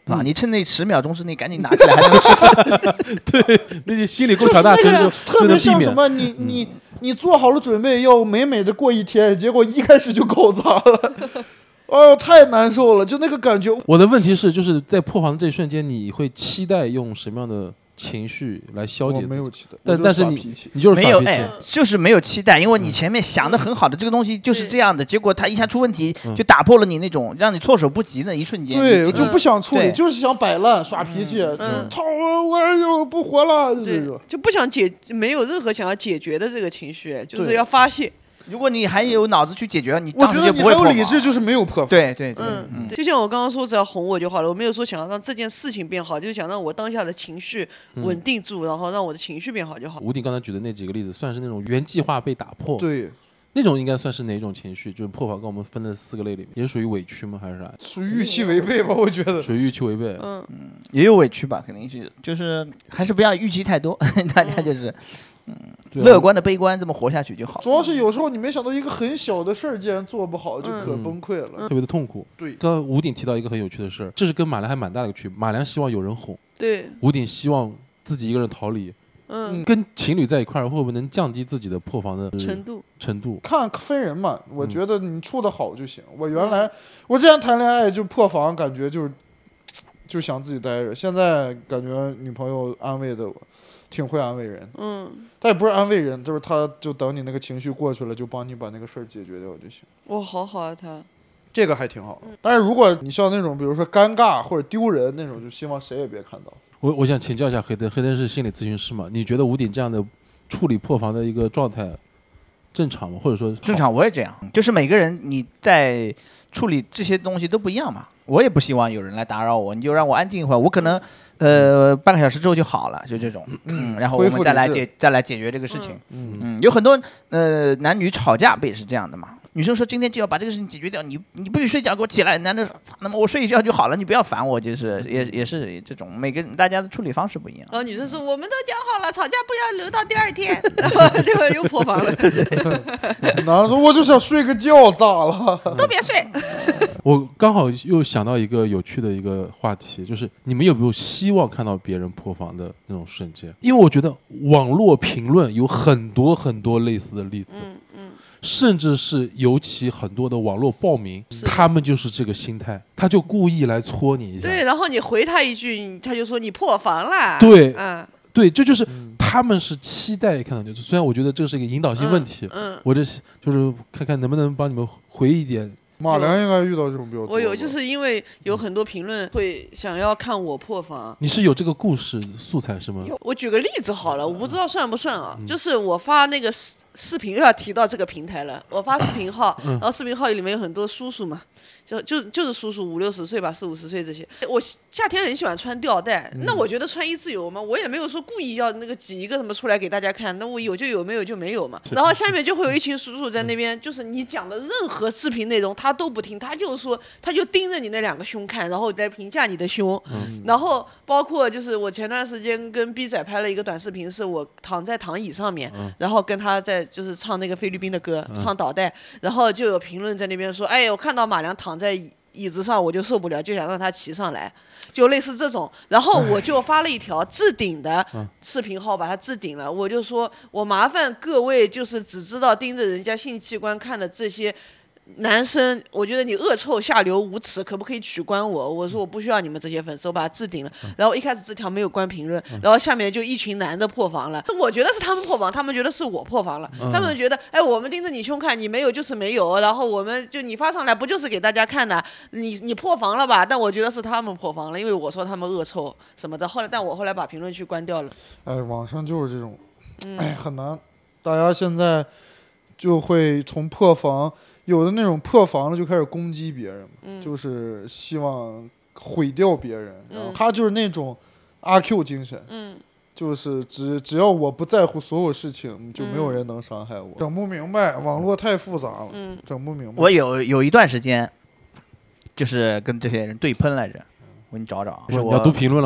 对吧？你趁那十秒钟之内赶紧拿起来，还能吃。 对，那些心理够强大， 就是那个真的特别像什么？ 么？你你你做好了准备要美美的过一天，结果一开始就搞砸了，哎呦，太难受了，就那个感觉。 我的问题是，就是在破防的这一瞬间，你会期待用什么样的情绪来消解我自己？ 没有期待， 但我就但是你耍脾气你就是没有， 耍脾气哎，就是没有期待，因为你前面想的很好的这个东西就是这样的，结果它一下出问题， 嗯就打破了你那种让你措手不及的一瞬间。 对， 你就不想处理， 对就是想摆烂耍脾气，就嗯操我我又不活了，就这对种。， 就不想解，没有任何想要解决的这个情绪，就是对要发泄。 如果你还有脑子去解决，你当我觉得你还时就不会破防有理智，就是没有破防。 对对对， 嗯， 嗯就像我刚刚说，只要哄我就好了，我没有说想要让这件事情变好，就是想让我当下的情绪稳定住，然后让我的情绪变好就好。 吴鼎刚才举的那几个例子，算是那种原计划被打破， 对， 那种应该算是哪种情绪？就是破防跟我们分的四个类里面，也属于委屈吗？还是啥？ 属于预期违背吧，我觉得。 属于预期违背。 嗯， 也有委屈吧，肯定是，就是还是不要预期太多，大家就是对啊乐观的悲观这么活下去就好。 主要是有时候你没想到一个很小的事儿竟然做不好，就可嗯崩溃了。 特别的痛苦。 对刚刚吴鼎提到一个很有趣的事儿，这是跟马良还蛮大的一个区别。马良希望有人哄， 对， 吴鼎希望自己一个人逃离。 嗯， 跟情侣在一块儿，会不会能降低自己的破防的程度。 程度？ 看分人嘛，我嗯觉得你处的好就行。我原来我之前谈恋爱就破防，感觉就是就想自己待着。现在感觉女朋友安慰的我，挺会安慰人。 嗯， 但也不是安慰人，就是她就等你那个情绪过去了，就帮你把那个事儿解决掉就行。 哇，好好啊，他。 这个还挺好的。但是如果你像那种比如说尴尬或者丢人那种，就希望谁也别看到。 我我想请教一下黑灯，黑灯是心理咨询师嘛？你觉得吴鼎这样的处理破防的一个状态正常吗？或者说正？常，我也这样，就是每个人你在处理这些东西都不一样嘛。我也不希望有人来打扰我，你就让我安静一会儿，我可能呃半个小时之后就好了，就这种，嗯，然后我恢复们再来理智解再来解决这个事情。 嗯嗯，有很多呃男女吵架不也是这样的嘛？女生说今天就要把这个事情解决掉，你你不许睡觉，给我起来。男的说，操，那么我睡一觉就好了，你不要烦我，就是也也是这种，每个人大家的处理方式不一样。 然后女生说：“我们都讲好了，吵架不要留到第二天。”然后就又破防了， 男的说我就想睡个觉，咋了？ 都别睡。 我刚好又想到一个有趣的一个话题，就是你们有没有希望看到别人破防的那种瞬间？因为我觉得网络评论有很多很多类似的例子， 嗯嗯， 甚至是尤其很多的网络暴民， 是他们就是这个心态，他就故意来戳你一下。 对，然后你回他一句，他就说你破防了。 对嗯对，这就是他们是期待看到，就是虽然我觉得这是一个引导性问题， 嗯， 我这就是看看能不能帮你们回一点。 马良应该遇到这种比较多吧。 我有，就是因为有很多评论会想要看我破防。 你是有这个故事素材是吗？ 我举个例子好了，我不知道算不算啊，就是我发那个视视频，又要提到这个平台了。我发视频号，然后视频号里面有很多叔叔嘛，就就就是叔叔五六十岁吧，四五十岁这些。我夏天很喜欢穿吊带，那我觉得穿衣自由嘛，我也没有说故意要那个挤一个什么出来给大家看，那我有就有，没有就没有嘛。然后下面就会有一群叔叔在那边，就是你讲的任何视频内容他都不听，他就说他就盯着你那两个胸看，然后在评价你的胸。然后包括就是我前段时间跟 B 仔拍了一个短视频，是我躺在躺椅上面，然后跟他在就是唱那个菲律宾的歌，唱导带，然后就有评论在那边说，哎，我看到马良躺在椅椅子上我就受不了，就想让他骑上来，就类似这种。然后我就发了一条置顶的视频号，把它置顶了，我就说我麻烦各位就是只知道盯着人家性器官看的这些男生，我觉得你恶臭下流无耻，可不可以取关我？我说我不需要你们这些粉丝，我把它置顶了。然后一开始这条没有关评论，然后下面就一群男的破防了。我觉得是他们破防，他们觉得是我破防了。他们觉得，哎，我们盯着你胸看，你没有就是没有，然后我们就你发上来不就是给大家看的？你你破防了吧？但我觉得是他们破防了，因为我说他们恶臭什么的。后来，但我后来把评论区关掉了。 哎，网上就是这种，哎，很难。大家现在就会从破防。有的那种破防了就开始攻击别人， 嗯、 就是希望毁掉别人。 嗯、 然后他就是那种阿 Q 精神， 嗯、 就是只只要我不在乎所有事情，就没有人能伤害我。嗯、整不明白，网络太复杂了， 嗯、 整不明白。 我有有一段时间，就是跟这些人对喷来着，我给你找找。 是我要读评论了吗？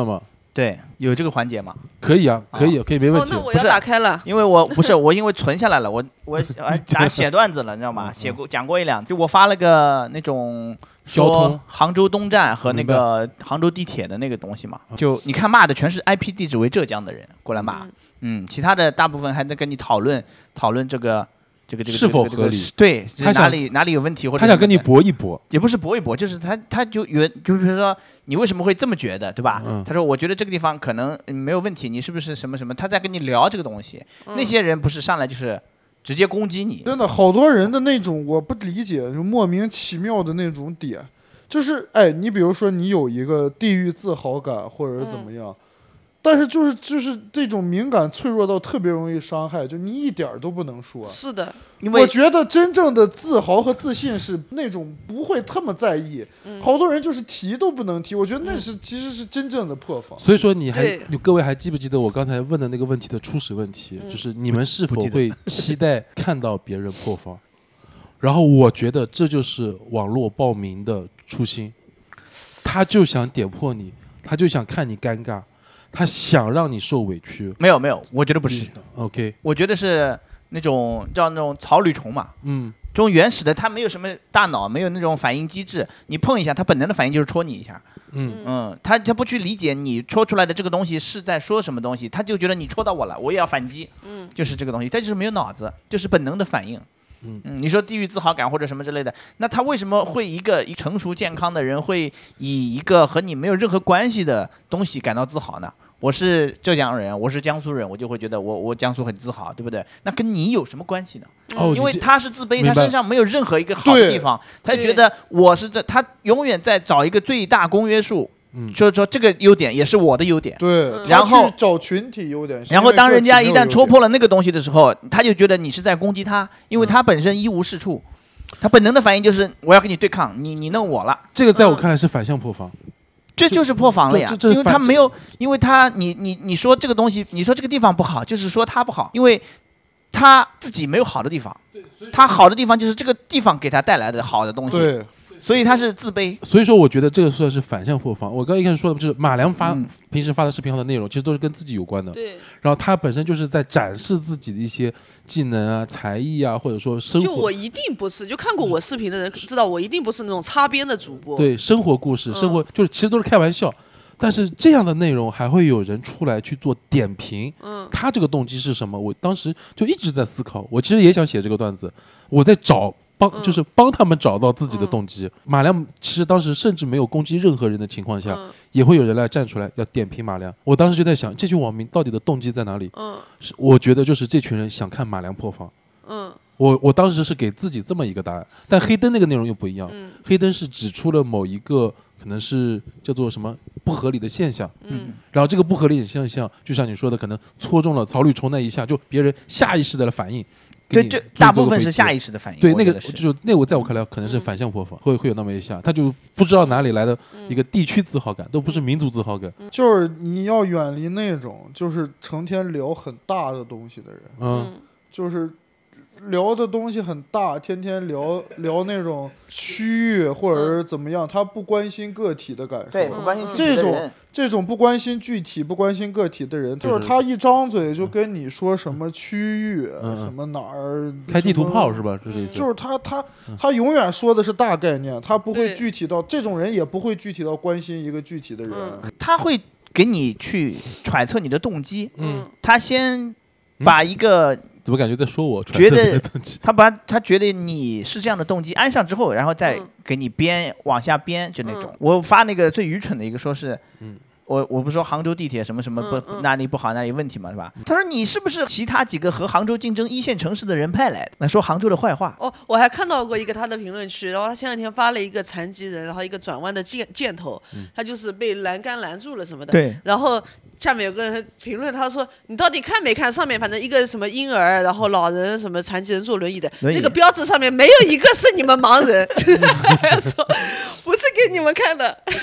对，有这个环节吗？ 可以啊，可以，可以，没问哦， 题。 那我要打开了。 因为我不是我，因为存下来了，我我咱写段子了，你知道吗？写过讲过一两，就我发了个那种说杭州东站和那个杭州地铁的那个东西嘛，就你看骂的全是 I P 地址为浙江的人过来骂，嗯，其他的大部分还在跟你讨论讨论这个。这个这个是否合理？ 对，他哪里哪里有问题，或者他想跟你搏一搏， 也不是搏一搏，就是他他就原就是说你为什么会这么觉得，对吧？ 嗯、 他说我觉得这个地方可能没有问题，你是不是什么什么？他在跟你聊这个东西， 嗯、 那些人不是上来就是直接攻击你。 真的，好多人的那种我不理解，就莫名其妙的那种点，就是哎，你比如说你有一个地域自豪感，或者是怎么样。嗯，但是就是就是这种敏感脆弱到特别容易伤害，就你一点都不能说。 是的， 因为我觉得真正的自豪和自信是那种不会这么在意，嗯、好多人就是提都不能提。我觉得那是、嗯、其实是真正的破防。 所以说你还各位还记不记得我刚才问的那个问题的初始问题， 嗯、 就是你们是否会期待看到别人破防？然后我觉得这就是网络暴民的初心，他就想点破你，他就想看你尴尬。他想让你受委屈， 没有没有，我觉得不是。 OK， 我觉得是那种叫那种草履虫嘛， 嗯， 这种原始的，它没有什么大脑，没有那种反应机制，你碰一下，它本能的反应就是戳你一下， 嗯嗯，他他不去理解你戳出来的这个东西是在说什么东西，他就觉得你戳到我了，我也要反击，嗯，就是这个东西，他就是没有脑子，就是本能的反应。嗯, 嗯，你说地域自豪感或者什么之类的，那他为什么会一个一成熟健康的人会以一个和你没有任何关系的东西感到自豪呢？我是浙江人，我是江苏人，我就会觉得我我江苏很自豪，对不对？那跟你有什么关系呢？ 哦， 因为他是自卑，他身上没有任何一个好的地方，他就觉得我是这，他永远在找一个最大公约数。嗯，所以说这个优点也是我的优点。 对， 然后找群体优点。 然后当人家一旦戳破了那个东西的时候，他就觉得你是在攻击他，因为他本身一无是处，他本能的反应就是我要跟你对抗，你你弄我了。 这个在我看来是反向破防。 这就是破防了呀，因为他没有，因为他你你你说这个东西，你说这个地方不好，就是说他不好，因为他自己没有好的地方，他好的地方就是这个地方给他带来的好的东西， 对， 所以他是自卑。 所以说，我觉得这个算是反向破防。我刚一开始说的就是马良发、嗯、平时发的视频号的内容，其实都是跟自己有关的。 对。 然后他本身就是在展示自己的一些技能啊、才艺啊，或者说生活。 就我一定不是，就看过我视频的人知道，我一定不是那种擦边的主播。 对，生活故事，生活、嗯、就是其实都是开玩笑。但是这样的内容还会有人出来去做点评，嗯，他这个动机是什么？我当时就一直在思考，我其实也想写这个段子，我在找帮，嗯、就是帮他们找到自己的动机。嗯、马良其实当时甚至没有攻击任何人的情况下，嗯、也会有人来站出来要点评马良。我当时就在想，这群网民到底的动机在哪里？嗯，我觉得就是这群人想看马良破防。嗯。我我当时是给自己这么一个答案，但黑灯那个内容又不一样。嗯、黑灯是指出了某一个可能是叫做什么不合理的现象，嗯，然后这个不合理的现象，就像你说的，可能戳中了草履虫那一下，就别人下意识的反应。 对，这大部分是下意识的反应。 对，那个就那我在我看来可能是反向破防，嗯、会会有那么一下，他就不知道哪里来的一个地区自豪感，嗯、都不是民族自豪感。 就是你要远离那种就是成天聊很大的东西的人，嗯，就是。聊的东西很大，天天聊聊那种区域或者是怎么样，他不关心个体的感受。 对，不关心具体的人。这种这种不关心具体、不关心个体的人，就是他一张嘴就跟你说什么区域、嗯、什么哪儿， 开地图炮是吧？是这意思。 就是他他他永远说的是大概念，他不会具体到这种人也不会具体到关心一个具体的人。 嗯、他会给你去揣测你的动机。嗯，他先把一个。嗯怎么感觉在说我？ 觉得他把他觉得你是这样的动机安上之后，然后再给你编、嗯、往下编，就那种。嗯、我发那个最愚蠢的一个说是，嗯、我我不是说杭州地铁什么什么不、嗯、哪里不好哪里问题嘛，是吧？他说你是不是其他几个和杭州竞争一线城市的人派来的，来说杭州的坏话？ 哦，我还看到过一个他的评论区，然后他前两天发了一个残疾人，然后一个转弯的箭箭头，嗯、他就是被栏杆拦住了什么的。 对， 然后。下面有个人评论，他说：“你到底看没看？上面反正一个什么婴儿，然后老人、什么残疾人坐轮椅的那个标志上面没有一个是你们盲人，说不是给你们看的。”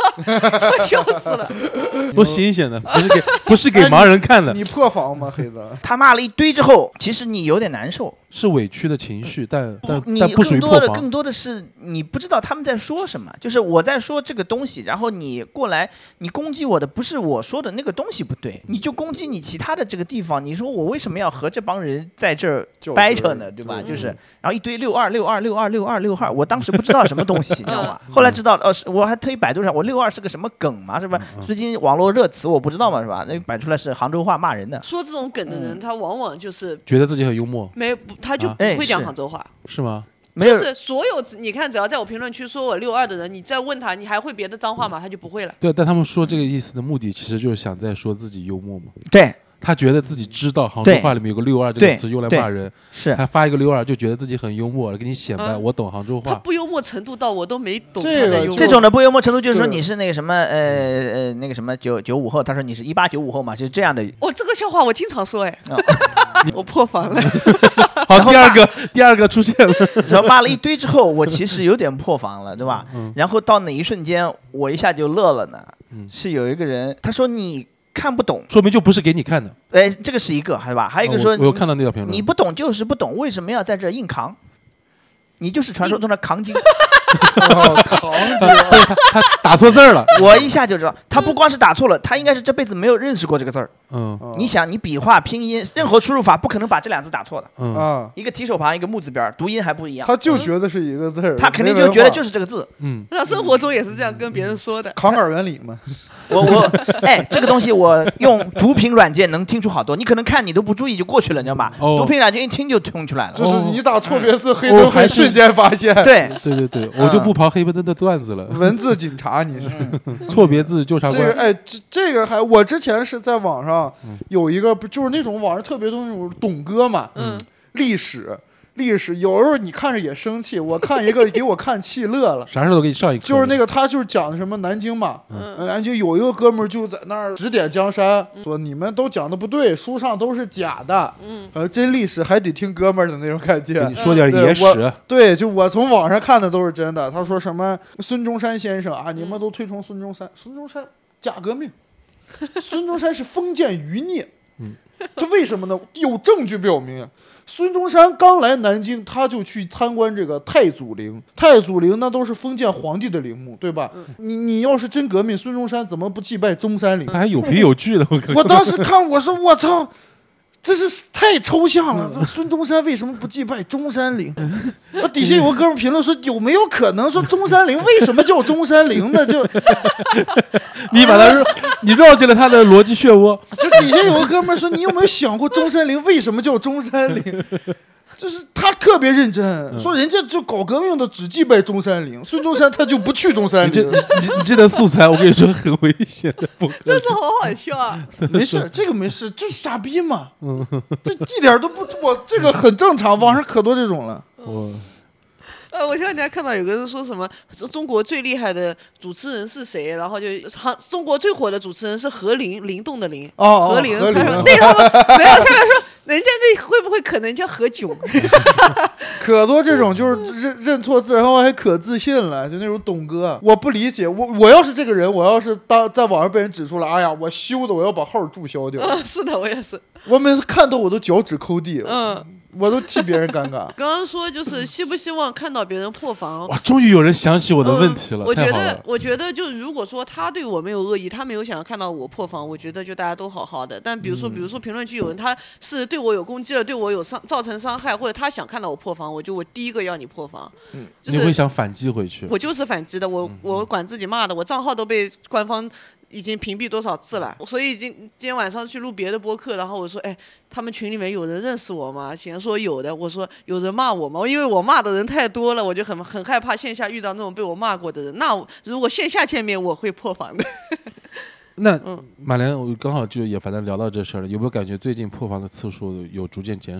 笑死了。 多新鲜的，不是给不是给盲人看的， 你破防吗，黑子？ 他骂了一堆之后，其实你有点难受， 是委屈的情绪，但但你但不属于更破防。 多的更多的是你不知道他们在说什么，就是我在说这个东西，然后你过来你攻击我的不是我说的那个东西不对，你就攻击你其他的这个地方，你说我为什么要和这帮人在这儿掰扯呢，对吧？就是然后一堆六二六二六二六二六二，我当时不知道什么东西，你知道吗？后来知道，呃，我还特意百度上，我六二是个什么梗嘛，是吧？最近网络热词我不知道嘛，是吧？那摆出来是杭州话骂人的。 说这种梗的人，他往往就是觉得自己很幽默， 没不，他就啊不会讲哎是杭州话。 是吗？ 没有就是所有你看，只要在我评论区说我六二的人，你再问他，你还会别的脏话吗？他就不会了。 对，但他们说这个意思的目的，其实就是想在说自己幽默嘛。 对， 他觉得自己知道杭州话里面有个六二这个词用来骂人， 是还发一个六二，就觉得自己很幽默，给你显摆嗯我懂杭州他话。 不幽默程度到我都没懂他这个的幽默。 这种的不幽默程度，就是说对你是那个什么呃呃那个什么九九五后，他说你是一八九五后嘛，就是这样的。 哦，这个笑话我经常说哎， 哦我破防了。 好，第二个第二个出现了， 然后骂了一堆之后，我其实有点破防了，对吧？ 嗯然后到哪一瞬间，我一下就乐了呢？ 嗯是有一个人他说你看不懂， 说明就不是给你看的。 哎，这个是一个，对吧？还有一个说、 啊我我有看到那条评论， 你不懂就是不懂，为什么要在这硬扛？你就是传说中的扛精。 哦扛着， 他打错字儿了。 我一下就知道，他不光是打错了，他应该是这辈子没有认识过这个字儿。 嗯哦你想，你笔画、拼音，任何输入法不可能把这两字打错的。 嗯， 啊， 一个提手旁，一个木字边儿，读音还不一样。 他就觉得是一个字儿， 他肯定就觉得就是是这个字。 嗯， 那生活中也是这样跟别人说的。 扛杆原理嘛。 我我哎，这个东西我用读屏软件能听出好多，你可能看你都不注意就过去了，你知道吗？ 哦读屏软件一听就听出来了。 就是你打错别字，黑哦还是灯会瞬间发现。 对， 对对对，我就不刨黑不灯的段子了。 文字警察你是错别字纠察官， 这个哎，这这个还我之前是在网上有一个，不就是那种网上特别多那种懂歌嘛， 嗯， 历史历史，有时候你看着也生气，我看一个给我看气乐了。 啥事都给你上一课。 就是那个他就是讲的什么南京嘛， 嗯南京有一个哥们儿就在那儿指点江山，说你们都讲的不对，书上都是假的， 嗯， 呃，真历史还得听哥们儿的那种感给觉你。说点对野史。 我对，就我从网上看的都是真的。他说什么孙中山先生啊，你们都推崇孙中山，孙中山假革命，孙中山是封建余孽。 嗯， 他为什么呢？有证据表明啊，孙中山刚来南京，他就去参观这个太祖陵。太祖陵那都是封建皇帝的陵墓，对吧？你你要是真革命，孙中山怎么不祭拜中山陵？ 他还有凭有据的，我靠！ 我当时看，我说我操，这是太抽象了。说孙中山为什么不祭拜中山陵？那底下有个哥们儿评论说，有没有可能说中山陵为什么叫中山陵呢？就你把他说，你绕进了他的逻辑漩涡。 就底下有个哥们儿说，你有没有想过中山陵为什么叫中山陵？就是他特别认真，说人家就搞革命的只祭拜中山陵，孙中山他就不去中山你这陵。 你这你这段素材，我跟你说很危险的，不可但是好好笑啊！ 没事，这个没事，就是傻逼嘛。这一点都不，我这个很正常，网上可多这种了。 我呃，我前两天看到有个人说什么说中国最厉害的主持人是谁，然后就杭中国最火的主持人是何林，灵动的灵， 哦哦何林， 何林他说那他们没有，下面说人家那会不会可能叫何炅？ 可多这种就是认认错字，然后还可自信了，就那种懂哥，我不理解。我我要是这个人，我要是当在网上被人指出来，哎呀，我羞的我要把号注销掉。 嗯，是的，我也是， 我每次看到我都脚趾抠地， 嗯。 我都替别人尴尬。 刚刚说就是希不希望看到别人破防？ 哇，终于有人想起我的问题了， 嗯、我觉得太好了， 我觉得就如果说他对我没有恶意，他没有想要看到我破防，我觉得就大家都好好的。但比如说， 嗯比如说评论区有人他是对我有攻击了，对我有伤造成伤害，或者他想看到我破防，我就我第一个要你破防。 嗯， 就是你会想反击回去。 我就是反击的，我嗯我管自己骂的，我账号都被官方已经屏蔽多少次了，所以已经今天晚上去录别的播客，然后我说，哎，他们群里面有人认识我吗？显然说有的，我说有人骂我吗？因为我骂的人太多了，我就很很害怕线下遇到那种被我骂过的人。那我如果线下见面，我会破防的。 那嗯马莲，我刚好就也反正聊到这事儿了，有没有感觉最近破防的次数有逐渐减少？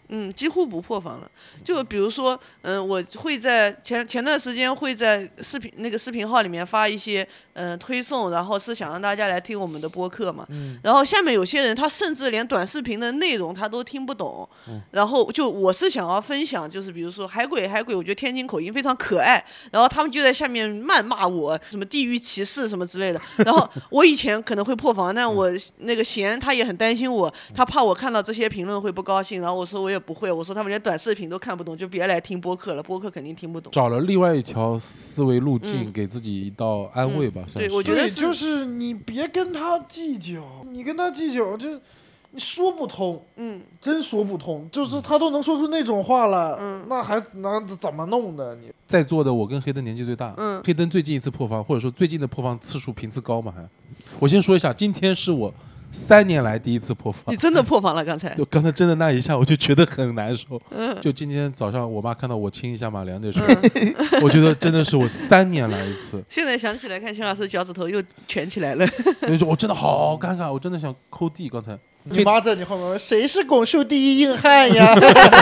嗯，几乎不破防了。就比如说，嗯，我会在前前段时间会在视频那个视频号里面发一些嗯推送，然后是想让大家来听我们的播客嘛。 嗯。 然后下面有些人他甚至连短视频的内容他都听不懂。 嗯。 然后就我是想要分享，就是比如说海鬼海鬼，我觉得天津口音非常可爱，然后他们就在下面谩骂我什么地域歧视什么之类的。然后我以前可能会破防，但我那个贤他也很担心我，他怕我看到这些评论会不高兴。然后我说我也不会，我说他们连短视频都看不懂，就别来听播客了，播客肯定听不懂。 找了另外一条思维路径，嗯、给自己一道安慰吧。 嗯、 算是对，我觉得是就是你别跟他计较，你跟他计较就你说不通， 嗯， 真说不通。就是他都能说出那种话了，嗯，那还那怎么弄的？你在座的我跟黑灯年纪最大， 嗯， 黑灯最近一次破防，或者说最近的破防次数频次高嘛？还，我先说一下，今天是我三年来第一次破防。 你真的破防了？刚才？ 就刚才真的那一下，我就觉得很难受。嗯，就今天早上我妈看到我亲一下马良的时候，嗯、我觉得真的是我三年来一次。 现在想起来，看秦老师脚趾头又蜷起来了。 我真的好尴尬，我真的想抠地。刚才你妈在你后面，谁是拱墅第一硬汉呀？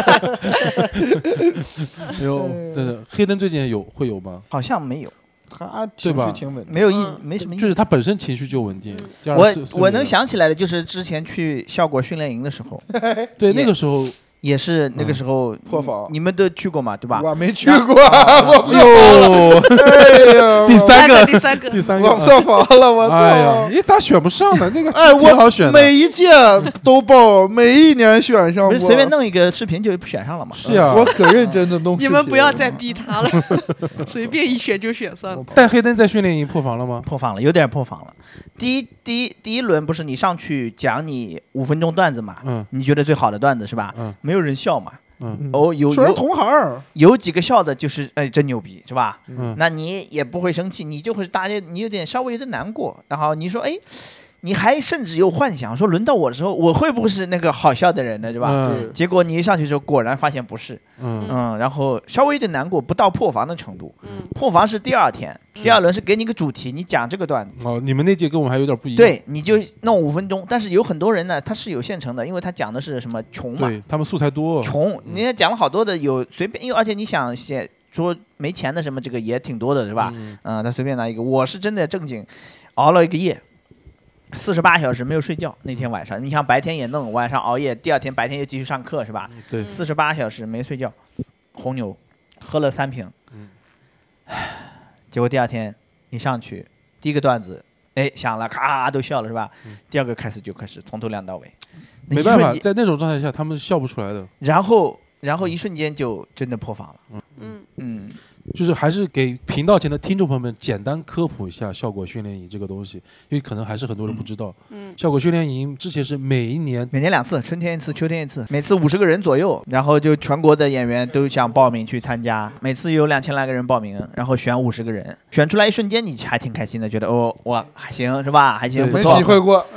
哎呦，真的，黑灯最近有会有吗？ 好像没有。 他情绪挺稳定， 没有意，没什么意， 就是他本身情绪就稳定。 嗯、我我能想起来的就是之前去效果训练营的时候， 对那个时候也是那个时候、嗯、 破防， 你们都去过嘛，对吧？ 我没去过，我破哟， 哎呀， 第三个， 第三个， 第三个， 我破防了，我操！ 哎呀，你咋选不上呢？那个哎， 挺好选的， 我每一届都报，每一年选上过， 随便弄一个视频就选上了嘛。 是呀， 我可认真的弄视频。 你们不要再逼他了，随便一选就选上了。 但黑灯在训练营破防了吗？ 破防了，有点破防了。第一第一第一轮不是你上去讲你五分钟段子嘛？嗯，你觉得最好的段子是吧？嗯，没有人笑嘛。 嗯， 哦，有有同行， 有几个笑的，就是哎，真牛逼，是吧？嗯，那你也不会生气，你就会大家你有点稍微有点难过，然后你说哎，你还甚至有幻想说轮到我的时候，我会不会是那个好笑的人呢，对吧？ 嗯， 结果你一上去之后，果然发现不是，嗯嗯，然后稍微有点难过，不到破防的程度。嗯，破防是第二天，第二轮是给你个主题，你讲这个段子。 哦，你们那届跟我们还有点不一样。 对，你就弄五分钟，但是有很多人呢，他是有现成的，因为他讲的是什么穷嘛， 对他们素材多， 穷，人家讲了好多的，有随便，因为而且你想写说没钱的什么这个也挺多的，是吧？嗯，嗯他随便拿一个，我是真的正经熬了一个夜。四十八小时没有睡觉，那天晚上，你想白天也弄，晚上熬夜，第二天白天又继续上课，是吧？ 对， 四十八小时没睡觉，红牛喝了三瓶，嗯，结果第二天你上去，第一个段子，哎，响了，咔都笑了，是吧？嗯、第二个开始就开始从头亮到尾， 没办法，在那种状态下他们是笑不出来的。 然后，然后一瞬间就真的破防了。 嗯嗯嗯。 就是还是给频道前的听众朋友们简单科普一下效果训练营这个东西，因为可能还是很多人不知道。嗯，效果训练营之前是每一年每年两次，春天一次，秋天一次，每次五十个人左右，然后就全国的演员都想报名去参加，每次有两千来个人报名，然后选五十个人，选出来一瞬间你还挺开心的，觉得哦我还行是吧？还行，不错。 没体会过。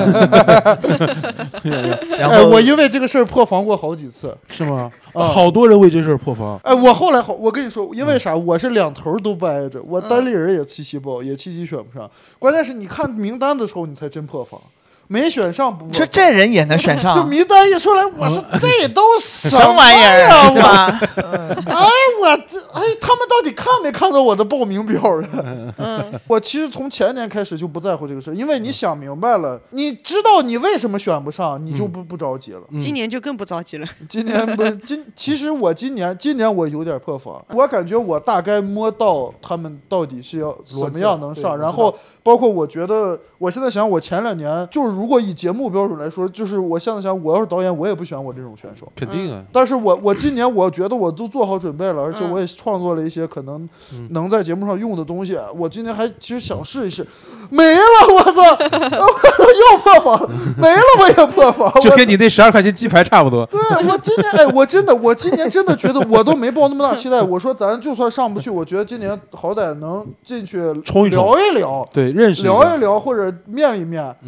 然后、哎、我因为这个事儿破防过好几次， 是吗？啊、好多人为这事儿破防。 哎，我后来好，我跟你说，因为啥？我是两头都不挨着，我单立人也七七报，也七七选不上。关键是你看名单的时候，你才真破防。没选上不？ 这这人也能选上？ 就名单一出来，我说这都什么玩意儿呀？我，哎，我这哎，他们到底看没看到我的报名表了？嗯，我其实从前年开始就不在乎这个事，因为你想明白了，你知道你为什么选不上，你就不不着急了。 嗯、今年就更不着急了。 今年不是今，其实我今年今年我有点破防，我感觉我大概摸到他们到底是要怎么样能上，然后包括我觉得，我现在想，我前两年就是。如果以节目标准来说，就是我现在想，我要是导演，我也不选我这种选手， 肯定啊。 但是我我今年我觉得我都做好准备了，而且我也创作了一些可能能在节目上用的东西。我今年还其实想试一试，没了，我操，又破防，没了我也破防， 就跟你那十二块钱鸡排差不多。 对，我今年哎，我真的我今年真的觉得我都没抱那么大期待。我说咱就算上不去，我觉得今年好歹能进去冲一冲聊一聊， 对，认识聊一聊或者面一面。嗯，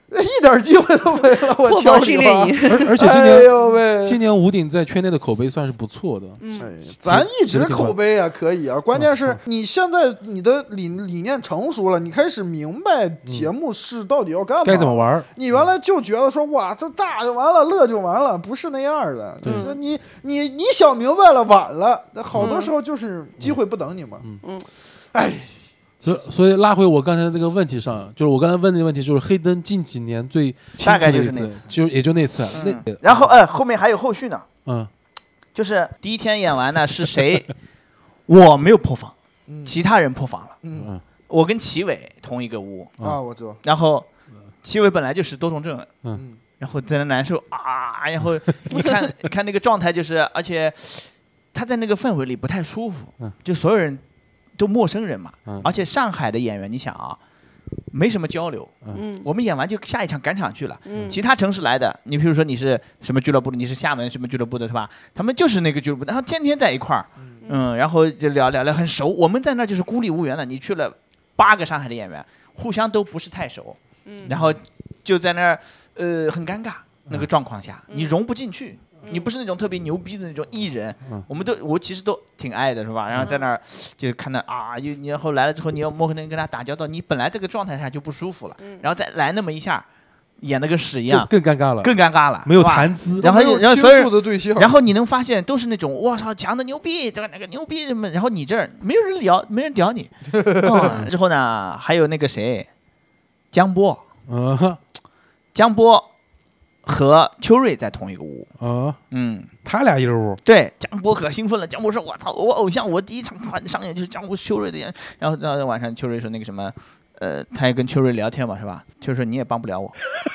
一点机会都没了，我破敲你防训练吧营， 而而且今哎年呦喂， 今年吴鼎在圈内的口碑算是不错的。 嗯， 哎，咱一直口碑啊可以啊，关键是你现在你的理理念成熟了，你开始明白节目是到底要干嘛， 该怎么玩儿？ 你原来就觉得说哇，这炸就完了，乐就完了，不是那样的。 对就是你你你想明白了，晚了，好多时候就是机会不等你嘛。 嗯嗯， 哎， 所以所以拉回我刚才这个问题上，就是我刚才问的问题，就是黑灯近几年最大概清楚的一次就是那次， 就也就那次。 嗯那然后呃后面还有后续呢， 嗯就是第一天演完呢是谁？我没有破防， 嗯其他人破防了。 嗯嗯我跟齐伟同一个屋， 啊，我知道。 然后齐伟本来就是多动症， 嗯然后在那难受啊，然后你看你看那个状态就是，而且他在那个氛围里不太舒服， 嗯就所有人都陌生人嘛， 嗯而且上海的演员，你想啊，没什么交流， 嗯我们演完就下一场赶场去了。 嗯其他城市来的，你比如说你是什么俱乐部的，你是厦门什么俱乐部的，是吧？他们就是那个俱乐部，然后天天在一块儿，嗯，然后就聊聊聊很熟。我们在那就是孤立无援的，你去了八个上海的演员，互相都不是太熟， 嗯然后就在那儿呃很尴尬那个状况下， 嗯你融不进去。 嗯你不是那种特别牛逼的那种艺人， 嗯我们都我其实都挺爱的，是吧？然后在那儿就看到啊，又你然后来了之后，你要摸可能跟他打交道，你本来这个状态下就不舒服了， 嗯然后再来那么一下，演的跟屎一就样， 更尴尬了， 更尴尬了， 没有是吧谈资。 然后没有倾然后所有人诉的对象， 然后你能发现都是那种我操讲的牛逼，这个那个牛逼什么，然后你这儿没有人聊，没人屌你。哦、之后呢，还有那个谁，江波， 嗯哼江波和秋瑞在同一个屋。 啊， 嗯， 他俩一个屋， 对，江波可兴奋了。江波说：“我操，我偶像，我第一场看上演就是江波秋瑞的演。”然后到晚上，秋瑞说那个什么，呃，他也跟秋瑞聊天嘛，是吧？秋瑞说你也帮不了我。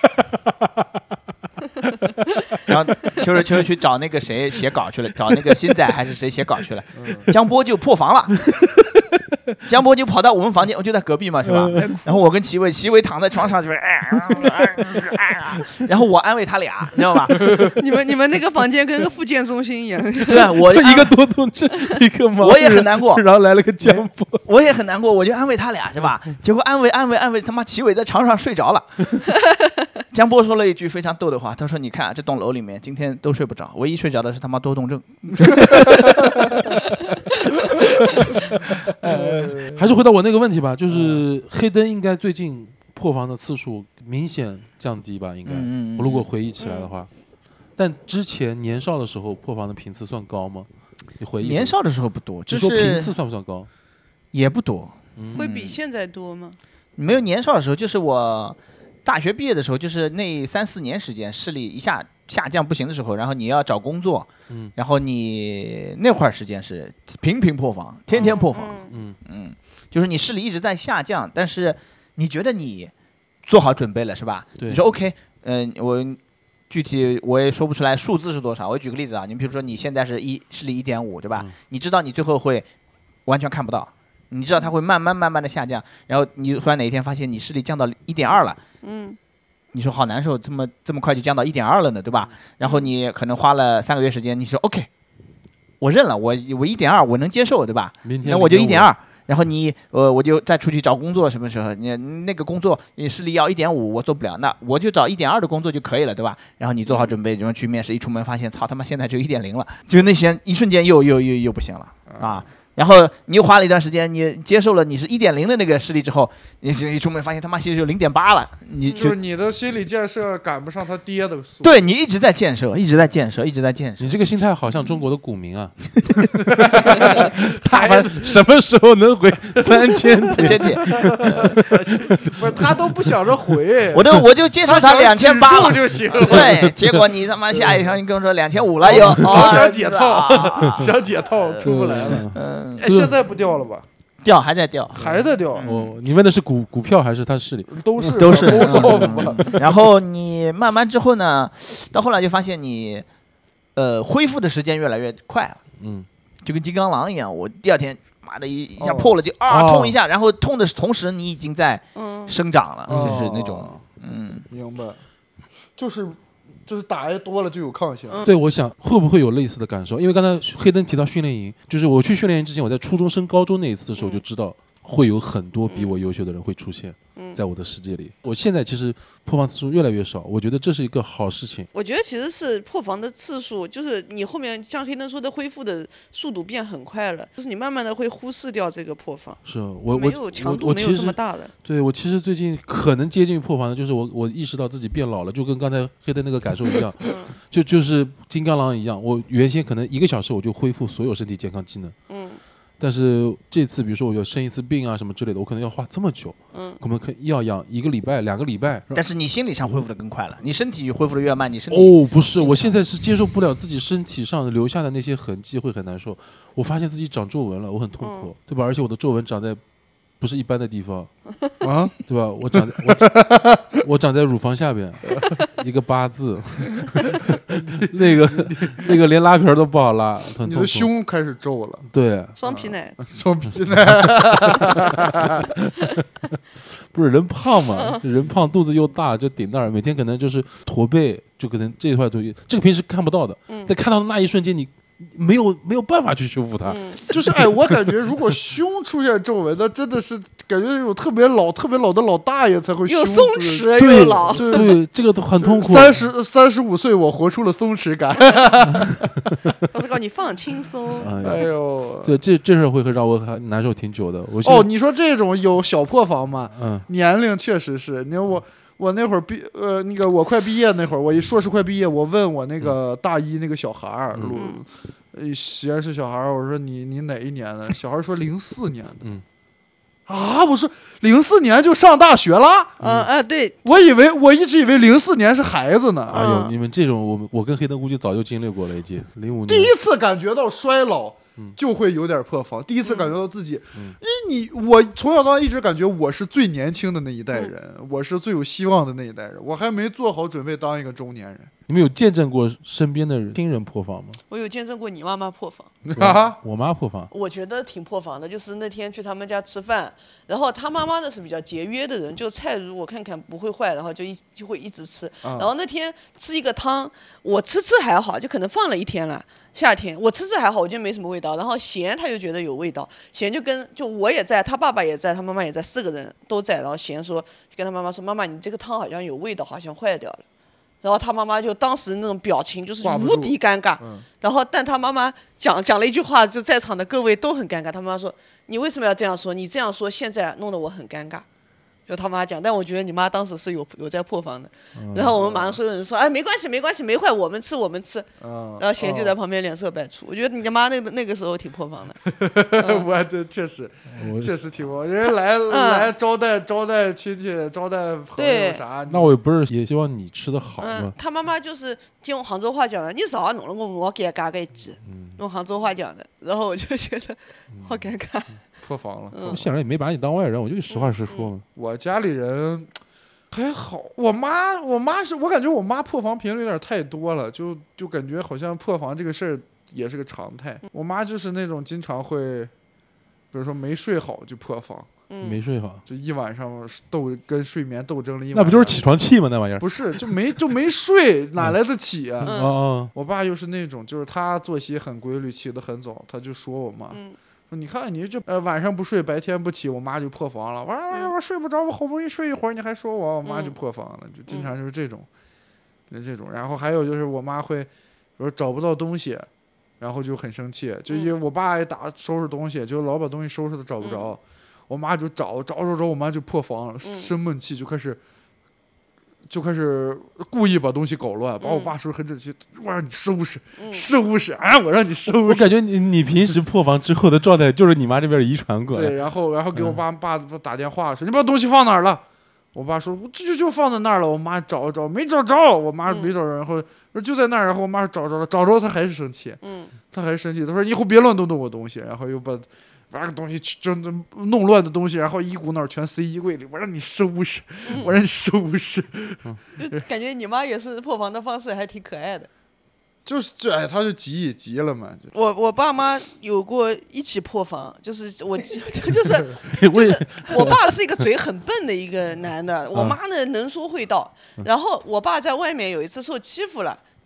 然后秋瑞秋瑞去找那个谁写稿去了，找那个新仔还是谁写稿去了。江波就破防了。江波就跑到我们房间，我就在隔壁嘛，是吧？然后我跟齐伟，齐伟躺在床上就是，哎然后我安慰他俩，你知道吧？ 你们你们那个房间跟个复健中心一样。 对啊，我一个多动症，一个盲人， 我也很难过然后来了个江波， 我也很难过，我就安慰他俩是吧？结果安慰安慰安慰，他妈齐伟在床上睡着了。江波说了一句非常逗的话，他说：“你看、啊、这栋楼里面今天都睡不着，唯一睡着的是他妈多动症。” 还是回到我那个问题吧，就是黑灯应该最近破防的次数明显降低吧？应该， 嗯嗯嗯我如果回忆起来的话，但之前年少的时候破防的频次算高吗？你回忆年少的时候不多， 只就是说频次算不算高？ 也不多， 嗯会比现在多吗？ 没有年少的时候，就是我大学毕业的时候，就是那三四年时间视力一下下降不行的时候，然后你要找工作， 嗯然后你那会儿时间是频频破防，天天破防， 嗯嗯嗯，就是你视力一直在下降，但是你觉得你做好准备了是吧？ 对你说 OK，嗯、呃，我具体我也说不出来数字是多少。我举个例子啊，你比如说你现在是一视力一点五，对吧？ 嗯你知道你最后会完全看不到，你知道它会慢慢慢慢的下降，然后你突然哪一天发现你视力降到一点二了。 嗯你说好难受，这么这么快就降到一点二了呢，对吧？然后你可能花了三个月时间，你说 OK，我认了，我我一点二我能接受，对吧？ 明天那我就一一点二，然后你呃我就再出去找工作，什么时候你那个工作你视力要一点五，我做不了，那我就找一点二的工作就可以了，对吧？然后你做好准备，然后去面试，一出门发现操他妈现在只有一点零了，就那些一瞬间又又又又不行了啊。然后你又花了一段时间，你接受了你是一点零的那个视力之后，你一出门发现他妈其实就零点八了，你就就是你的心理建设赶不上他爹的速度。 对你一直在建设，一直在建设，一直在建设你。这个心态好像中国的股民啊，他们什么时候能回三千点？ 千点， 不是他都不想着回， 我就我就接受他两千八了他想止住，就行。 对，结果你他妈下一条你跟我说两千五了又， 老想解儿子套啊， 想解套出不来了。 嗯， 哎，现在不掉了吧？ 掉还在掉， 还在掉， 哦，你问的是股股票还是他视力？ 都是都是都 solve 吧。 然后你慢慢之后呢，到后来就发现你，呃，恢复的时间越来越快了， 嗯， 就跟金刚狼一样，我第二天妈的一一下哦破了就啊哦痛一下，然后痛的同时你已经在嗯生长了， 哦就是那种，嗯， 明白，就是就是打的多了就有抗性。 嗯对，我想会不会有类似的感受？因为刚才黑灯提到训练营，就是我去训练营之前，我在初中升高中那一次的时候就知道会有很多比我优秀的人会出现在我的世界里。我现在其实破防次数越来越少，我觉得这是一个好事情。 我觉得其实是破防的次数，就是你后面像黑灯说的恢复的速度变很快了，就是你慢慢的会忽视掉这个破防。 是我没我有强度我没有这么大的。 对，我其实最近可能接近破防的，就是我我意识到自己变老了，就跟刚才黑的那个感受一样，就就是金刚狼一样。我原先可能一个小时我就恢复所有身体健康机能， 嗯。 但是这次比如说我有生一次病啊什么之类的，我可能要花这么久，嗯，可能可要养一个礼拜两个礼拜。 但是你心理上恢复的更快了，你身体恢复的越慢，你身体哦不是，我现在是接受不了自己身体上留下的那些痕迹，会很难受。我发现自己长皱纹了，我很痛苦，嗯、对吧？而且我的皱纹长在不是一般的地方啊，对吧？我长在我, 我长在乳房下边，一个八字，那个那个连拉皮都不好拉，很痛苦。 你的胸开始皱了， 对， 双皮奶， 啊、双皮奶， 不是人胖嘛？人胖肚子又大，就顶那儿，每天可能就是驼背，就可能这块东西，这个平时看不到的，嗯、在看到的那一瞬间，你。没有没有办法去修复它， 嗯、 就是哎，我感觉如果胸出现皱纹，那真的是感觉有特别老、特别老的老大爷才会又松弛又又老， 对对，这个都很痛苦。 三十三十五岁，我活出了松弛感。 老师告诉你放轻松。 哎呦， 对，这这事会会让我难受挺久的。我哦，你说这种有小破防吗？ 嗯， 年龄确实是，你看我。我那会儿毕呃那个我快毕业那会儿，我一硕士快毕业，我问我那个大一那个小孩儿，嗯、实验室小孩儿，我说你你哪一年的？小孩说零四年的。嗯，啊，我说零四年就上大学了？ 嗯嗯，对， 我以为我一直以为零四年是孩子呢。 哎呦，你们这种我们我跟黑灯估计早就经历过了，已经零五年。 第一次感觉到衰老。就会有点破防。第一次感觉到自己， 嗯、 因为你我从小到大一直感觉我是最年轻的那一代人，嗯、我是最有希望的那一代人，我还没做好准备当一个中年人。 你们有见证过身边的亲人破防吗？ 我有见证过你妈妈破防。 我, 我妈破防， 我觉得挺破防的。就是那天去他们家吃饭，然后他妈妈呢是比较节约的人，就菜如果看看不会坏，然后就一就会一直吃。嗯、然后那天吃一个汤，我吃吃还好，就可能放了一天了。夏天我吃吃还好，我觉得没什么味道。然后咸他就觉得有味道，咸就跟就我也在，他爸爸也在，他妈妈也在，四个人都在。然后咸说就跟他妈妈说：“妈妈，你这个汤好像有味道，好像坏掉了。”然后他妈妈就当时那种表情就是无敌尴尬。嗯、然后但他妈妈讲讲了一句话，就在场的各位都很尴尬。他妈妈说：“你为什么要这样说？你这样说现在弄得我很尴尬。”就他妈讲，但我觉得你妈当时是有有在破防的。嗯、然后我们马上所有人说：“哎，没关系，没关系，没坏，我们吃，我们吃。嗯”然后贤就在旁边脸色百出。我觉得你妈那个那个时候挺破防的。 嗯、我这确实，确实挺破。人来、嗯、来招待招待亲戚，招待朋友啥。 那我也不是也希望你吃的好吗？ 嗯、他妈妈就是用杭州话讲的：“你啥弄了我，我给他嘎个一鸡。”用杭州话讲的，然后我就觉得好尴尬。嗯破防了， 嗯、我显然也没把你当外人，我就实话实说嘛。 嗯、我家里人还好，我妈，我妈是我感觉我妈破防频率有点太多了，就就感觉好像破防这个事儿也是个常态。我妈就是那种经常会，比如说没睡好就破防， 嗯、没睡好， 就一晚上斗跟睡眠斗争了一晚上。 那不就是起床气吗？那玩意儿不是，就没就没睡，哪来得起啊？ 嗯嗯、 我爸又是那种，就是他作息很规律，起得很早，他就说我妈。嗯你看，你这呃晚上不睡，白天不起，我妈就破防了。我我睡不着，我好不容易睡一会儿，你还说我，我妈就破防了，就经常就是这种，就这种。然后还有就是我妈会，比如找不到东西，然后就很生气，就因为我爸也打收拾东西，就老把东西收拾的找不着，我妈就找找找找，我妈就破防了，生闷气就开始。就开始故意把东西搞乱，把我爸收拾很整齐。我让你收拾，收拾啊！我让你收拾。 我感觉你你平时破防之后的状态，就是你妈这边遗传过来。 对，然后然后给我爸、嗯、爸打电话说：“你把东西放哪儿了？”我爸说：“这就就放在那儿了。”我妈找找没找着，我妈没找着，然后说就在那儿，然后我妈找着了，找着她还是生气。嗯，她还是生气，她说：“以后别乱动动我东西。”然后又把。把个东西就弄乱的东西，然后一股脑全塞衣柜里。我让你收拾，嗯、我让你收拾。 嗯、就感觉你妈也是破防的方式还挺可爱的。 就是这，哎，他就急也急了嘛。 我我爸妈有过一起破防，就是我就是就是我爸是一个嘴很笨的一个男的，我妈呢能说会道。然后我爸在外面有一次受欺负了。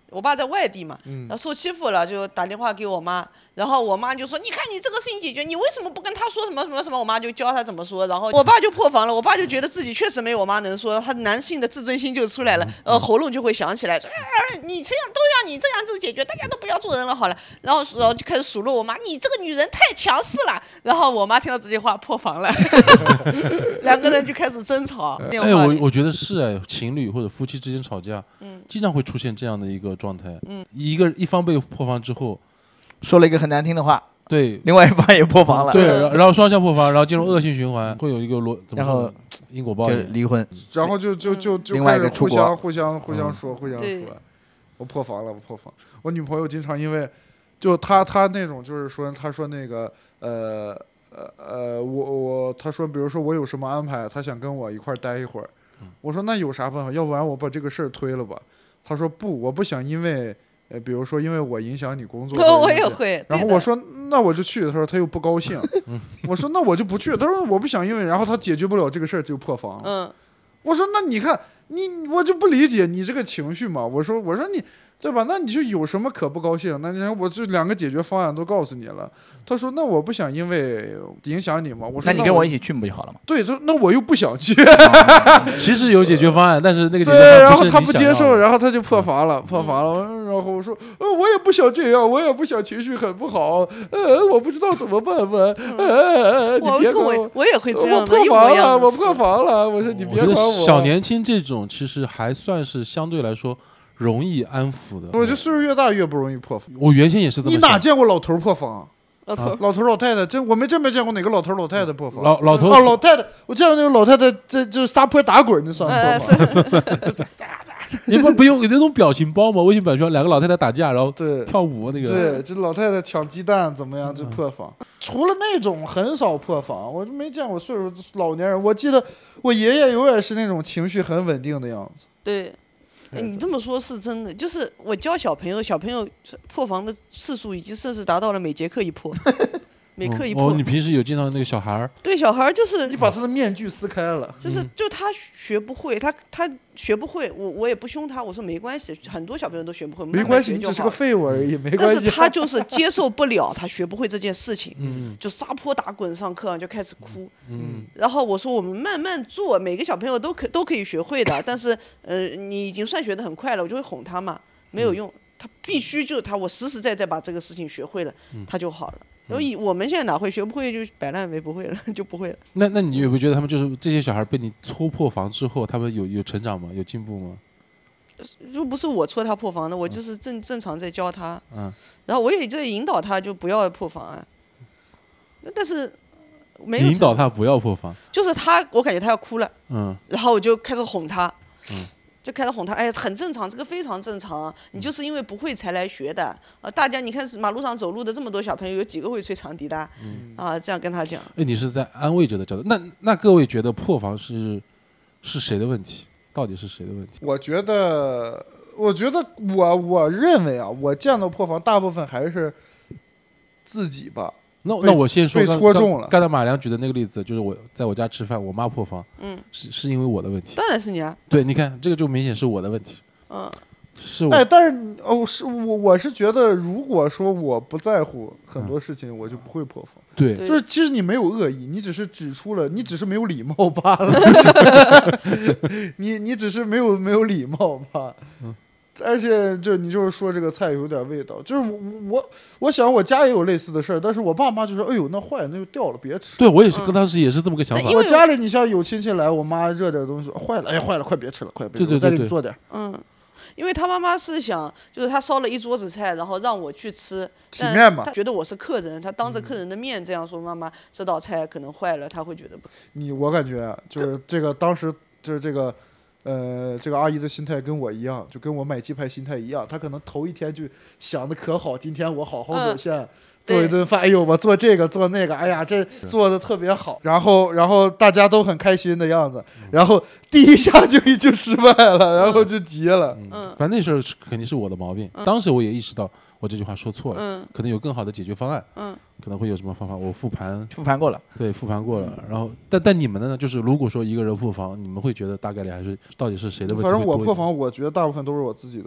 我爸在外地嘛， 嗯然后受欺负了，就打电话给我妈，然后我妈就说：“你看你这个事情解决，你为什么不跟他说什么什么什么？”我妈就教他怎么说，然后我爸就破防了。我爸就觉得自己确实没有我妈能说，他男性的自尊心就出来了，呃，喉咙就会响起来，说：“啊，你这样都要你这样子解决，大家都不要做人了，好了。”然后然后就开始数落我妈：“你这个女人太强势了。”然后我妈听到这句话破防了，两个人就开始争吵。电哎， 话里我我觉得是哎，情侣或者夫妻之间吵架， 嗯经常会出现这样的一个状态，嗯，一个一方被破防之后， 说了一个很难听的话， 对另外一方也破防了， 对，然然后双向破防，然后进入恶性循环，会有一个逻怎么然后说呢？因果报就应。 离婚。 然后就就就就另外开始互一个出国相互相互相说互相对说，我破防了，我破防。我女朋友经常因为就她她那种就是说她说那个呃呃呃我我她说比如说我有什么安排，她想跟我一块儿待一会儿，我说那有啥办法？要不然我把这个事儿推了吧。她说不，我不想因为呃比如说因为我影响你工作。 我也会。 然后我说那我就去，他说他又不高兴，我说那我就不去，他说我不想因为，然后他解决不了这个事儿就破防。 嗯， 我说那你看你我就不理解你这个情绪嘛，我说我说你对吧？那你就有什么可不高兴？那你看我这两个解决方案都告诉你了。他说那我不想因为影响你嘛。我说那你跟我一起去不就好了吗？ 对，他说那我又不想去。 其实有解决方案，但是那个解决对，然后方案不是他不接受， 你想要的然后他就破防了，破防了。然后我说，呃，我也不想这样，我也不想情绪很不好，呃，我不知道怎么办吧，呃，你我跟别管我我也会这我样的， 破一模防了， 一样的事我破防了。我说你我觉得别管我。 小年轻这种其实还算是相对来说容易安抚的。 我觉得岁数越大越不容易破防。 我原先也是这么你想。 哪见过老头破防？ 老头老头老太太真我没真没见过哪个老头老太太破防。 老老头哦，老太太，我见过那个老太太，这就是撒泼打滚，那算呃破防？ 是是你不不用有那种表情包吗？微信表情包，两个老太太打架，然后对跳舞那个。 对，这老太太抢鸡蛋怎么样？就破防。除了那种很少破防，我就没见过岁数老年人。我记得我爷爷永远是那种情绪很稳定的样子。 对。哎，你这么说是真的，就是我教小朋友，小朋友破防的次数已经甚至达到了每节课一破，每课一破。 哦，你平时有见到那个小孩儿？ 对，小孩儿就是你把他的面具撕开了， 就是就他学不会，他他学不会，我我也不凶他，我说没关系，很多小朋友都学不会， 没关系，你只是个慢慢学就好了废物而已，没关系。 但是他就是接受不了他学不会这件事情， 嗯就撒泼打滚上课就开始哭。 嗯然后我说我们慢慢做，每个小朋友都可都可以学会的，但是呃你已经算学得很快了，我就会哄他嘛，没有用，他必须就他我实实在在把这个事情学会了，他就好了。所以我们现在哪会学不会就摆烂呗，不会了就不会了。 那那你有没有觉得他们就是这些小孩被你戳破防之后，他们有有成长吗？有进步吗？ 就不是我戳他破防的，我就是正正常在教他， 嗯， 然后我也在引导他就不要破防啊，但是没有引导成他不要破防。 就是他，我感觉他要哭了， 嗯然后我就开始哄他， 嗯就开始哄他，哎，很正常，这个非常正常，你就是因为不会才来学的，呃，大家你看马路上走路的这么多小朋友，有几个会吹长笛的？ 嗯啊，这样跟他讲， 哎，你是在安慰者的角度，那那各位觉得破防是是谁的问题？到底是谁的问题？ 我觉得，我觉得我我认为啊，我见到破防大部分还是自己吧。被那那我先说被刚刚戳中了刚才马良举的那个例子，就是我在我家吃饭，我妈破防， 嗯， 是是因为我的问题。 当然是你啊， 对，你看这个就明显是我的问题， 嗯， 是我。 哎，但是哦，是我我是觉得，如果说我不在乎很多事情，我就不会破防。 对， 对就是其实你没有恶意，你只是指出了，你只是没有礼貌罢了。你你只是没有没有礼貌吧。 嗯而且就你就是说这个菜有点味道，就是我我我想我家也有类似的事儿，但是我爸妈就说，哎呦那坏了那就掉了别吃。 对我也是，跟当时也是这么个想法因。为我家里你像有亲戚来，我妈热点东西坏了，哎呀坏了快别吃了，快别吃了， 对对对我再给对你做点。 嗯，因为他妈妈是想，就是他烧了一桌子菜，然后让我去吃，但体面嘛他觉得我是客人，他当着客人的面这样说，妈妈这道菜可能坏了，他会觉得不。 你我感觉啊就是这个当时就是这个。呃，这个阿姨的心态跟我一样，就跟我买鸡排心态一样。她可能头一天就想的可好，今天我好好表现， 嗯做一顿饭。哎呦，我做这个做那个，哎呀，这做的特别好。然后，然后大家都很开心的样子。然后第一下就已经失败了，然后就急了。 嗯反正那时候是肯定是我的毛病，当时我也意识到我这句话说错了， 嗯可能有更好的解决方案， 嗯可能会有什么方法，我复盘， 复盘过了， 对，复盘过了。然后，但但你们的呢？就是如果说一个人破防，你们会觉得大概率还是到底是谁的问题？ 反正我破，防，我觉得大部分都是我自己的问题。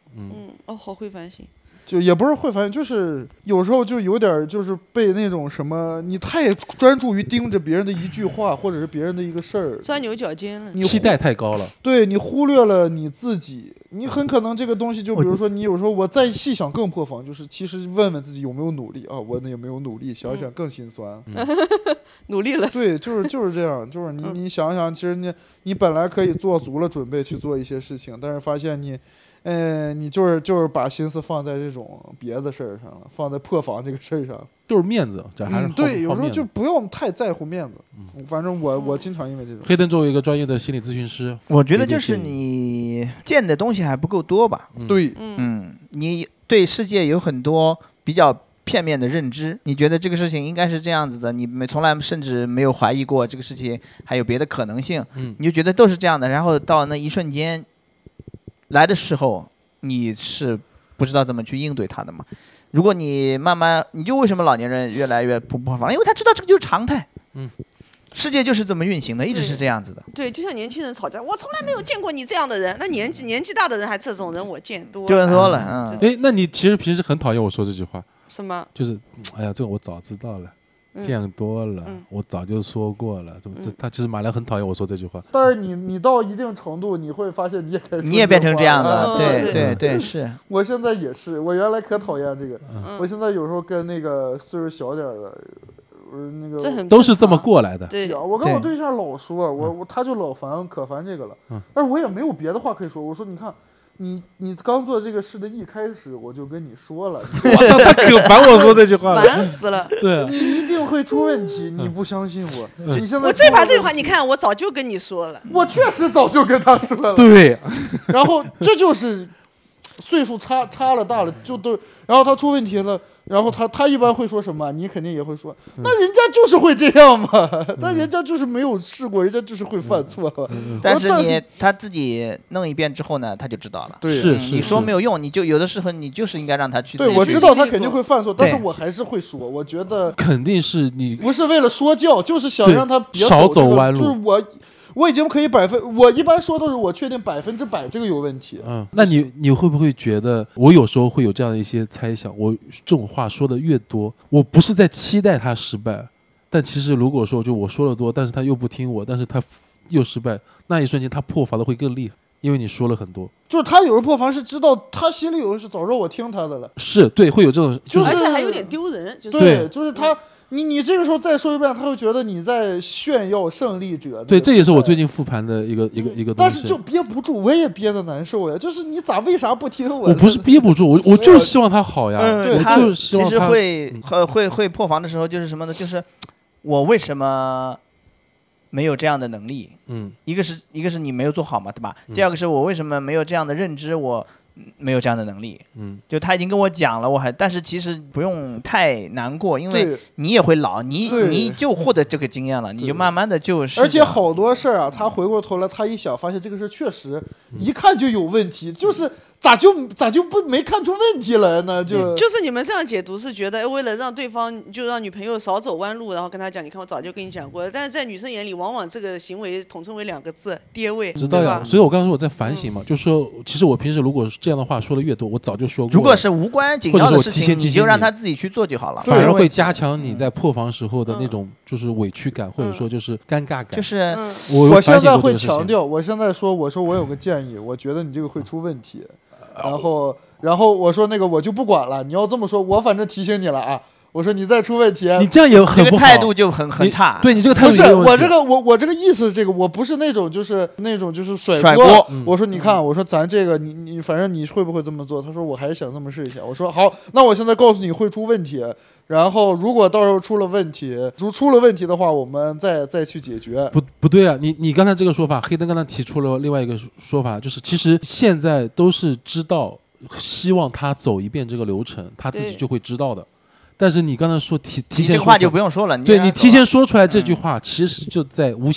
嗯嗯，哦，好会反省。 就也不是会反正就是有时候就有点就是被那种什么，你太专注于盯着别人的一句话或者是别人的一个事儿， 钻牛角尖了。 你期待太高了， 对你忽略了你自己，你很可能这个东西就比如说你有时候我再细想更破防，就是其实问问自己有没有努力啊，我有没有努力，想想更心酸。 嗯、 努力了。 对，就是就是这样，就是你你想想，其实你你本来可以做足了准备去做一些事情，但是发现你。嗯，你就是就是把心思放在这种别的事儿上了，放在破防这个事儿上， 就是面子，这还是、 嗯、对，有时候就不用太在乎面子。嗯、反正我我经常因为这种。 黑灯作为一个专业的心理咨询师， 我觉得就是你见的东西还不够多吧？ 嗯、对， 嗯，你对世界有很多比较片面的认知，你觉得这个事情应该是这样子的，你没从来甚至没有怀疑过这个事情还有别的可能性， 嗯， 你就觉得都是这样的，然后到那一瞬间。来的时候你是不知道怎么去应对它的嘛？如果你慢慢，你就为什么老年人越来越不破防？因为他知道这个就是常态， 嗯， 世界就是这么运行的，一直是这样子的。 对，就像年轻人吵架，我从来没有见过你这样的人。那年纪年纪大的人还这种人，我见多了， 见多了。嗯， 哎，那你其实平时很讨厌我说这句话， 什么？ 就是，哎呀，这个我早知道了。见多了、嗯，我早就说过了，怎么这、嗯、他其实马良很讨厌我说这句话。 但是你你到一定程度，你会发现你也开始你也变成这样了， 嗯、对对对是。 我现在也是，我原来可讨厌这个、嗯，我现在有时候跟那个岁数小点的，那个这很都是这么过来的。 对，我跟我对象老说，我我他就老烦可烦这个了， 嗯、 但是我也没有别的话可以说。我说你看。你你刚做这个事的一开始我就跟你说了， 哇，他可烦我说这句话， 烦死了。 对， 你一定会出问题，你不相信我。 嗯、 你现在我最怕这句话，你看我早就跟你说了， 我确实早就跟他说了。 对， 然后这就是岁数差差了大了就都，然后他出问题了，然后他他一般会说什么？你肯定也会说，那人家就是会这样嘛，但人家就是没有试过，人家就是会犯错。 嗯、 但是你他自己弄一遍之后呢，他就知道了。 对， 是你说没有用，你就有的时候你就是应该让他去。 对，我知道他肯定会犯错，但是我还是会说，我觉得肯定是你不是为了说教，就是想让他别少走弯路。 就是我。我已经可以百分，我一般说都是我确定百分之百这个有问题。 嗯，那你你会不会觉得，我有时候会有这样的一些猜想，我这种话说的越多，我不是在期待他失败，但其实如果说就我说的多，但是他又不听我，但是他又失败，那一瞬间他破防的会更厉害，因为你说了很多。 就是他有人破防是知道，他心里有人是早知道我听他的了。 是对，会有这种， 就是、 而且还有点丢人。就是、 对，就是他。嗯你你这个时候再说一遍，他会觉得你在炫耀胜利者。 对，这也是我最近复盘的一个、嗯、一个一个东西。 但是就憋不住，我也憋得难受呀。就是你咋为啥不听我？ 我不是憋不住，我我就是希望他好呀。 嗯、 对， 他就是希望他其实会会会会破防的时候，就是什么呢？就是我为什么没有这样的能力？ 嗯， 一个是一个是你没有做好嘛，对吧？ 嗯、 第二个是我为什么没有这样的认知？我。没有这样的能力， 嗯， 就他已经跟我讲了，我还，但是其实不用太难过，因为你也会老，你你就获得这个经验了，你就慢慢的就是。 而且好多事儿啊，他回过头来，他一想，发现这个事确实一看就有问题，就是咋就咋就不没看出问题来呢？就就是你们这样解读是觉得为了让对方就让女朋友少走弯路，然后跟他讲，你看我早就跟你讲过了，但是在女生眼里，往往这个行为统称为两个字：跌位。 知道呀，所以我刚才说我在反省嘛，嗯、就是说，其实我平时如果这样的话说的越多，我早就说过了。 如果是无关紧要的事情，你就让他自己去做就好了， 反而会加强你在破防时候的那种就是委屈感，嗯、或者说就是尴尬感。 就是我我现在会强调，我现在说，我说我有个建议，我觉得你这个会出问题。然后，然后我说那个我就不管了，你要这么说，我反正提醒你了啊。我说你再出问题， 你这样也很不好， 这个态度就很很差。 对你这个态度不是我这个我我这个意思，这个我不是那种就是那种就是甩锅。 甩锅嗯、我说你看，我说咱这个你你反正你会不会这么做？他说我还是想这么试一下。我说好，那我现在告诉你会出问题，然后如果到时候出了问题，如出了问题的话，我们再再去解决。 不不对啊，你你刚才这个说法，黑灯刚才提出了另外一个说法，就是其实现在都是知道。希望他走一遍这个流程，他自己就会知道的。但是你刚才说提提前说， 这个话就不用说了。 对你提前说出来这句话，嗯、其实就在无形中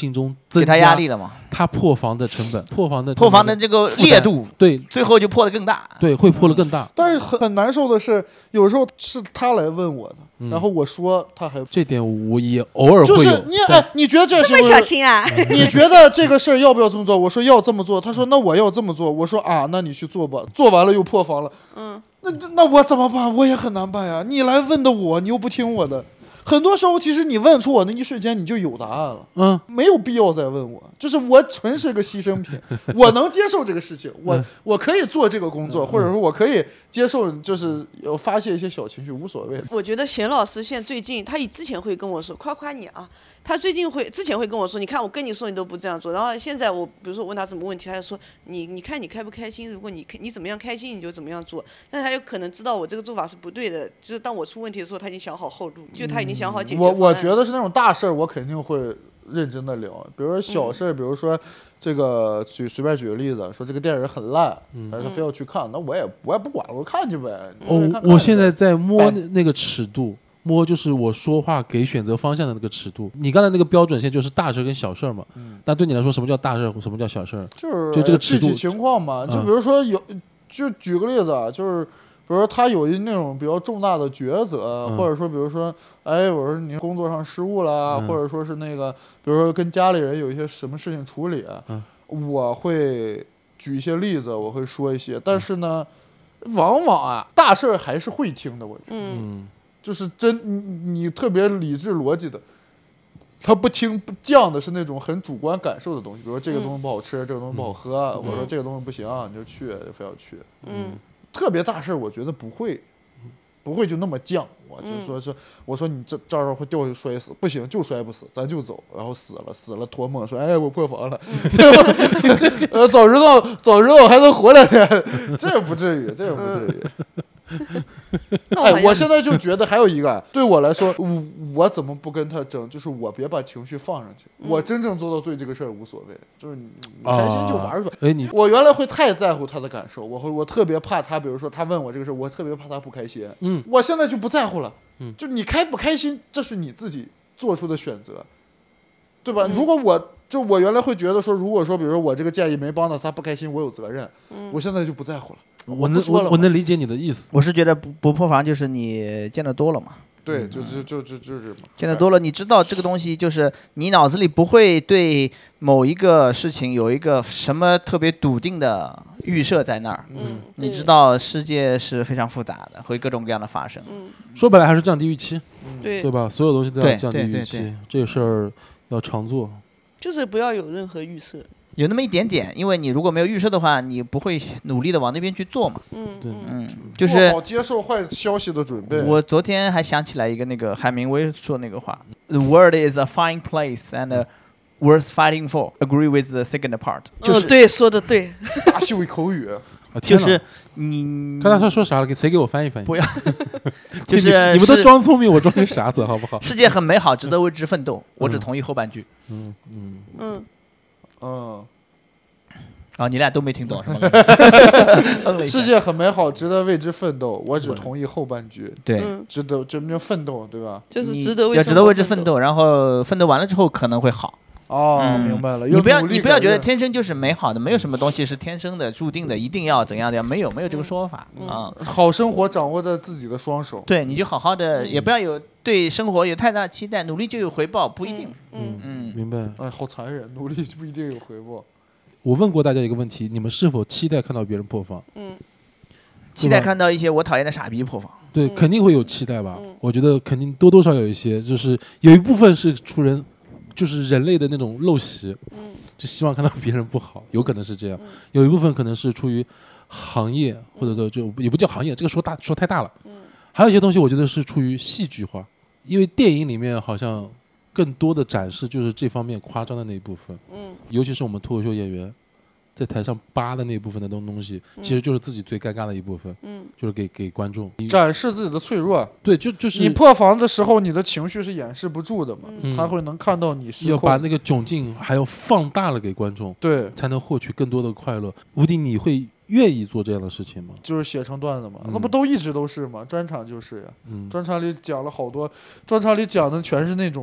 给他压力了嘛？ 他破防的成本，破防的破防的这个烈度， 对， 最后就破得更大。 对，会破得更大。 但是很很难受的是，有时候是他来问我的， 嗯、 然后我说他还这点我也偶尔会有。 就是你哎，你觉得这这么小心啊？ 你觉得这个事儿要不要这么做？我说要这么做。他说那我要这么做。我说啊，那你去做吧。做完了又破防了。 嗯， 那那我怎么办？我也很难办呀。你来问的我，你又不听我的。很多时候，其实你问出我那一瞬间，你就有答案了， 嗯， 没有必要再问我，就是我纯是个牺牲品，我能接受这个事情，我、嗯、我可以做这个工作，嗯、或者说我可以接受，就是发泄一些小情绪，无所谓。 我觉得贤老师现在最近，他之前会跟我说夸夸你啊，他最近会之前会跟我说，你看我跟你说你都不这样做，然后现在我比如说问他什么问题，他就说你你看你开不开心，如果你你怎么样开心你就怎么样做，但是他有可能知道我这个做法是不对的，就是当我出问题的时候，他已经想好后路，就他已经想好解决方案。 我我觉得是那种大事儿，我肯定会认真的聊。比如说小事儿，嗯、比如说这个随随便举个例子，说这个电影很烂，嗯、但是他非要去看，那我也我也不管，我看去呗。 哦， 看看我现在在摸那个尺度，摸就是我说话给选择方向的那个尺度。你刚才那个标准线就是大事跟小事嘛，嗯、但对你来说，什么叫大事，什么叫小事？ 就是就这个尺度具体情况嘛。就比如说有，就举个例子啊，就是。比如说他有一那种比较重大的抉择，嗯、或者说比如说，哎，我说你工作上失误了，嗯、或者说是那个，比如说跟家里人有一些什么事情处理，嗯、我会举一些例子，我会说一些，但是呢，嗯、往往啊，大事还是会听的，我觉得， 嗯， 就是真你你特别理智逻辑的。他不听不犟的是那种很主观感受的东西，比如说这个东西不好吃，嗯、这个东西不好喝，嗯、我说这个东西不行，你就去，就非要去， 嗯。 特别大事我觉得不会，不会就那么犟。我就说说，我说你这这儿会掉下去摔死，不行就摔不死，咱就走。然后死了死了，托梦说，哎，我破防了，呃，早知道早知道我还能活两天，这不至于，这不至于。哎，我现在就觉得还有一个，对我来说，我, 我怎么不跟他争？就是我别把情绪放上去，嗯、我真正做到对这个事儿无所谓，就是你开心就玩吧。 哎、啊，你我原来会太在乎他的感受，我会我特别怕他，比如说他问我这个事儿，我特别怕他不开心。 嗯， 我现在就不在乎了。 嗯， 就你开不开心，这是你自己做出的选择，对吧？ 嗯、 如果我就我原来会觉得说，如果说比如说我这个建议没帮到他不开心，我有责任。 嗯， 我现在就不在乎了。 我能我我能理解你的意思。 我是觉得不不破防就是你见得多了嘛。 对，就就就就就是嘛。 见得多了，你知道这个东西就是你脑子里不会对某一个事情有一个什么特别笃定的预设在那儿。 嗯， 你知道世界是非常复杂的，会各种各样的发生。 嗯， 说白了还是降低预期， 对对吧？所有东西都要降低预期， 对对对对这个事儿要常做。 就是不要有任何预设。 有那么一点点，因为你如果没有预设的话，你不会努力的往那边去做嘛。 嗯， 对， 嗯，就是做好接受坏消息的准备。 我昨天还想起来一个那个海明威说那个话 ：“The world is a fine place and worth fighting for. Agree with the second part。”就是、 嗯、对，说的对。 大秀口语。 就是你刚才他说啥了？给谁给我翻译翻译？ 不要，就是你, 你们都装聪明，我装个傻子，好不好？ 世界很美好，值得为之奋斗。嗯、我只同意后半句。 嗯嗯嗯。 嗯， 啊，你俩都没听懂什么？ 世界很美好，值得为之奋斗。我只同意后半句。 对， 值得，这叫奋斗，对吧？ 就是值得为要值得为之奋斗，然后奋斗完了之后可能会好。 哦，嗯、明白了。 你不要你不要觉得天生就是美好的，没有什么东西是天生的、注定的，一定要怎样的，没有没有这个说法啊、 嗯。好生活掌握在自己的双手。 对，你就好好的，也不要有对生活有太大的期待，努力就有回报，不一定。 嗯嗯, 嗯， 明白。 哎，好残忍，努力不一定有回报。 我问过大家一个问题：你们是否期待看到别人破防？ 嗯， 期待看到一些我讨厌的傻逼破防。 对， 嗯、 肯定会有期待吧、 嗯。 我觉得肯定多多少少有一些，就是有一部分是出人。就是人类的那种陋习， 嗯， 就希望看到别人不好，有可能是这样。 嗯、 有一部分可能是出于行业，或者说就也不叫行业，这个说大说太大了。 嗯， 还有一些东西，我觉得是出于戏剧化，因为电影里面好像更多的展示就是这方面夸张的那一部分。 嗯， 尤其是我们脱口秀演员在台上扒的那一部分的东东西， 嗯、 其实就是自己最尴尬的一部分。 嗯， 就是给给观众展示自己的脆弱。 对，就就是你破防的时候，你的情绪是掩饰不住的嘛， 嗯、 他会能看到你失控。 要把那个窘境还要放大了给观众， 对， 才能获取更多的快乐。吴迪，你会愿意做这样的事情吗？ 就是写成段子嘛， 嗯、 那不都一直都是吗？专场就是呀， 嗯， 专场里讲了好多，专场里讲的全是那种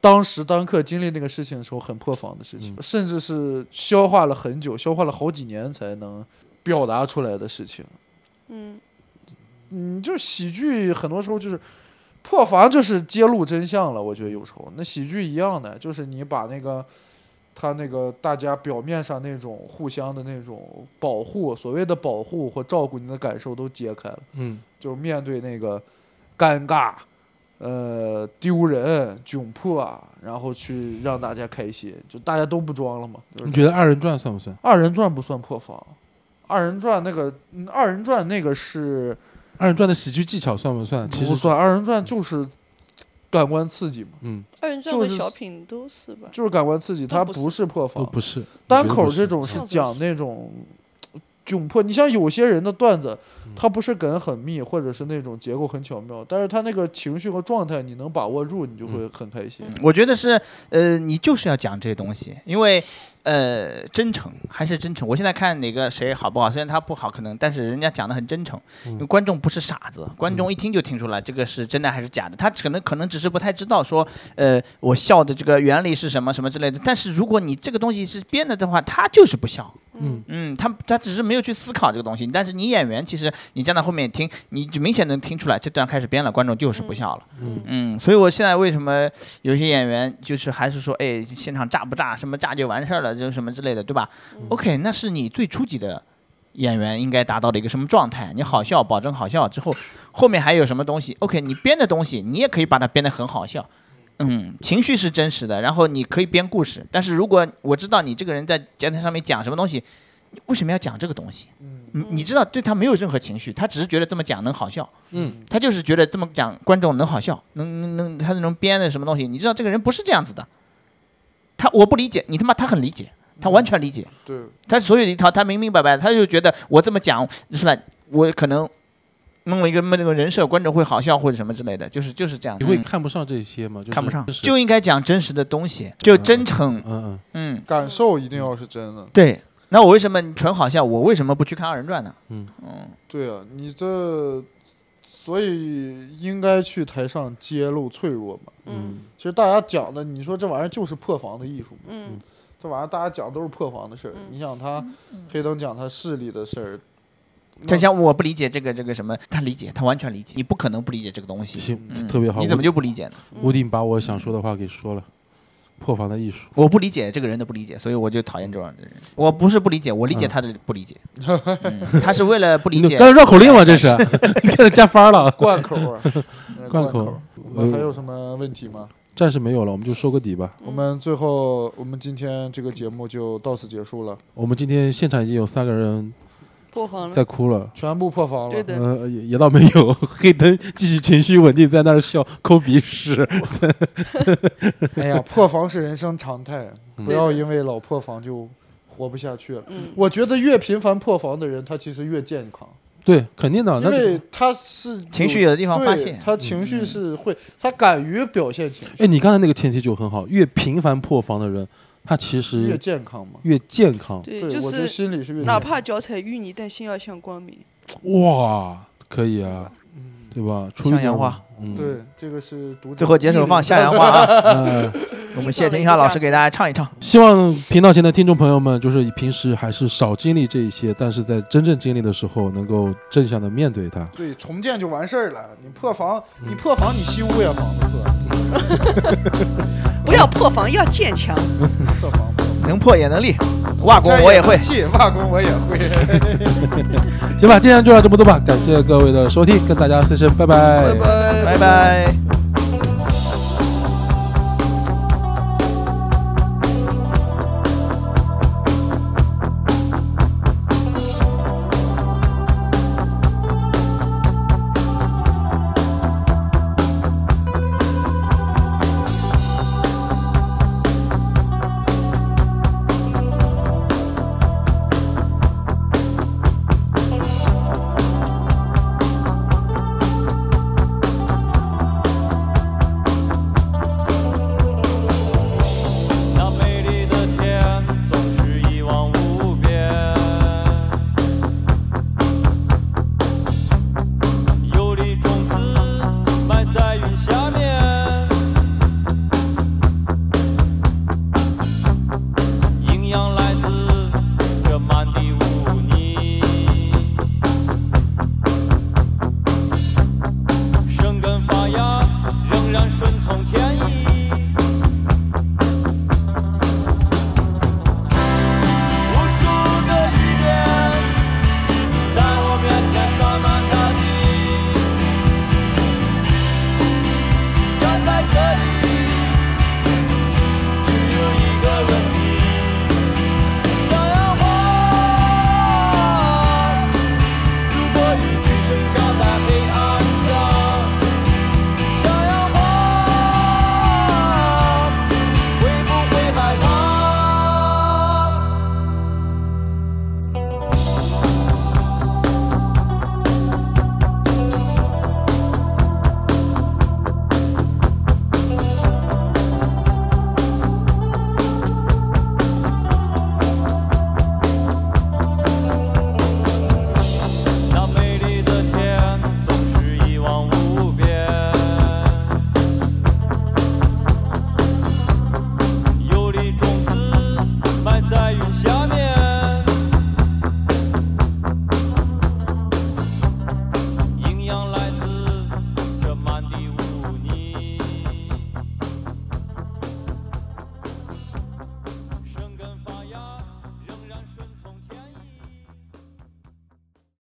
当时当刻经历那个事情的时候很破防的事情， 嗯甚至是消化了很久，消化了好几年才能表达出来的事情。 嗯嗯，就喜剧很多时候就是破防，就是揭露真相了。我觉得有时候那喜剧一样的，就是你把那个他那个大家表面上那种互相的那种保护，所谓的保护或照顾你的感受都揭开了。 嗯， 就面对那个尴尬、呃丢人、窘迫，然后去让大家开心，就大家都不装了嘛。就是你觉得二人转算不算？ 二人转不算破防，二人转那个，嗯二人转那个是二人转的喜剧技巧算不算？其实不算，二人转就是感官刺激嘛， 嗯， 二人转和小品都是吧？ 就是感官刺激，它都不是不是破防。 都不是单口我觉得不是这种是上次讲是那种窘迫，你像有些人的段子嗯， 他不是梗很密，或者是那种结构很巧妙，但是他那个情绪和状态你能把握住，你就会很开心。 我觉得是，呃，你就是要讲这些东西，因为，呃，真诚还是真诚。我现在看哪个谁好不好，虽然他不好，可能，但是人家讲的很真诚，因为观众不是傻子，观众一听就听出来这个是真的还是假的。他可能可能只是不太知道说，呃，我笑的这个原理是什么什么之类的。但是如果你这个东西是编的的话，他就是不笑。 嗯嗯，他他只是没有去思考这个东西，但是你演员其实你站在后面听，你就明显能听出来这段开始编了，观众就是不笑了。 嗯嗯，所以我现在为什么有些演员就是还是说，哎，现场炸不炸，什么炸就完事儿了，就是什么之类的，对吧、 嗯、 ？OK， 那是你最初级的演员应该达到的一个什么状态？你好笑，保证好笑之后，后面还有什么东西 ？OK， 你编的东西你也可以把它编得很好笑。嗯，情绪是真实的，然后你可以编故事，但是如果我知道你这个人在讲台上面讲什么东西，为什么要讲这个东西？ 嗯， 你知道对他没有任何情绪，他只是觉得这么讲能好笑， 嗯， 他就是觉得这么讲观众能好笑，能能能他能编的什么东西？你知道这个人不是这样子的，他我不理解，你他妈他很理解，他完全理解， 对， 他所有的一套他明明白白，他就觉得我这么讲出来，我可能弄了一个那个人设，观众会好笑或者什么之类的，就是就是这样。 你会嗯看不上这些吗？就是看不上， 就是就应该讲真实的东西，就真诚。 嗯嗯， 嗯， 感受一定要是真的。 对。那我为什么纯好笑？我为什么不去看二人转呢？ 嗯嗯， 对啊，你这所以应该去台上揭露脆弱嘛。 嗯其实大家讲的，你说这玩意儿就是破防的艺术嘛。 嗯这玩意儿大家讲都是破防的事儿。 嗯你想他黑灯讲他势力的事儿， 就像我不理解这个这个什么，他理解，他完全理解，你不可能不理解这个东西。 行， 嗯特别好。 你怎么就不理解呢？ 屋顶把我想说的话给说了？破防的艺术， 我不理解这个人的不理解，所以我就讨厌这种人。我不是不理解，我理解他的不理解。嗯、他是为了不理解。 刚才绕口令吗？这是开始加分了。 贯口啊， 贯口口。我们还有什么问题吗？ 暂时没有了，我们就收个底吧。 我们最后，我们今天这个节目就到此结束了。 我们今天现场已经有三个人破防了， 在哭了， 全部破防了。 对的， 呃，也也倒没有。黑灯继续情绪稳定，在那儿笑，抠鼻屎。 哎呀，破防是人生常态， 嗯不要因为老破防就活不下去了。 嗯我觉得越频繁破防的人，他其实越健康， 对，肯定的。 因那为他是情绪有的地方发泄对他情绪是会，他敢于表现情绪， 哎，你刚才那个前提就很好，越频繁破防的人，他其越实健康嘛。 越健康。 对， 对， 就我觉得是心里是越哪健康怕脚踩淤泥，但心要向光明。 哇，可以啊，对吧？出一点向阳花， 嗯， 对，这个是读者最后结束放向阳花啊！ 呃我们谢谢陈晓老师给大家唱一唱。 希望频道前的听众朋友们，就是平时还是少经历这一些，但是在真正经历的时候，能够正向的面对它。 对，重建就完事儿了。你破防， 嗯你破防，你修呀，房子破， 不要破防，要建墙。 破防破。 能破也能立，瓦工我也会。 气，瓦工我也会。 行吧，今天就到这么多吧，感谢各位的收听，跟大家 say 声拜拜， 拜拜， 拜拜。 便宜。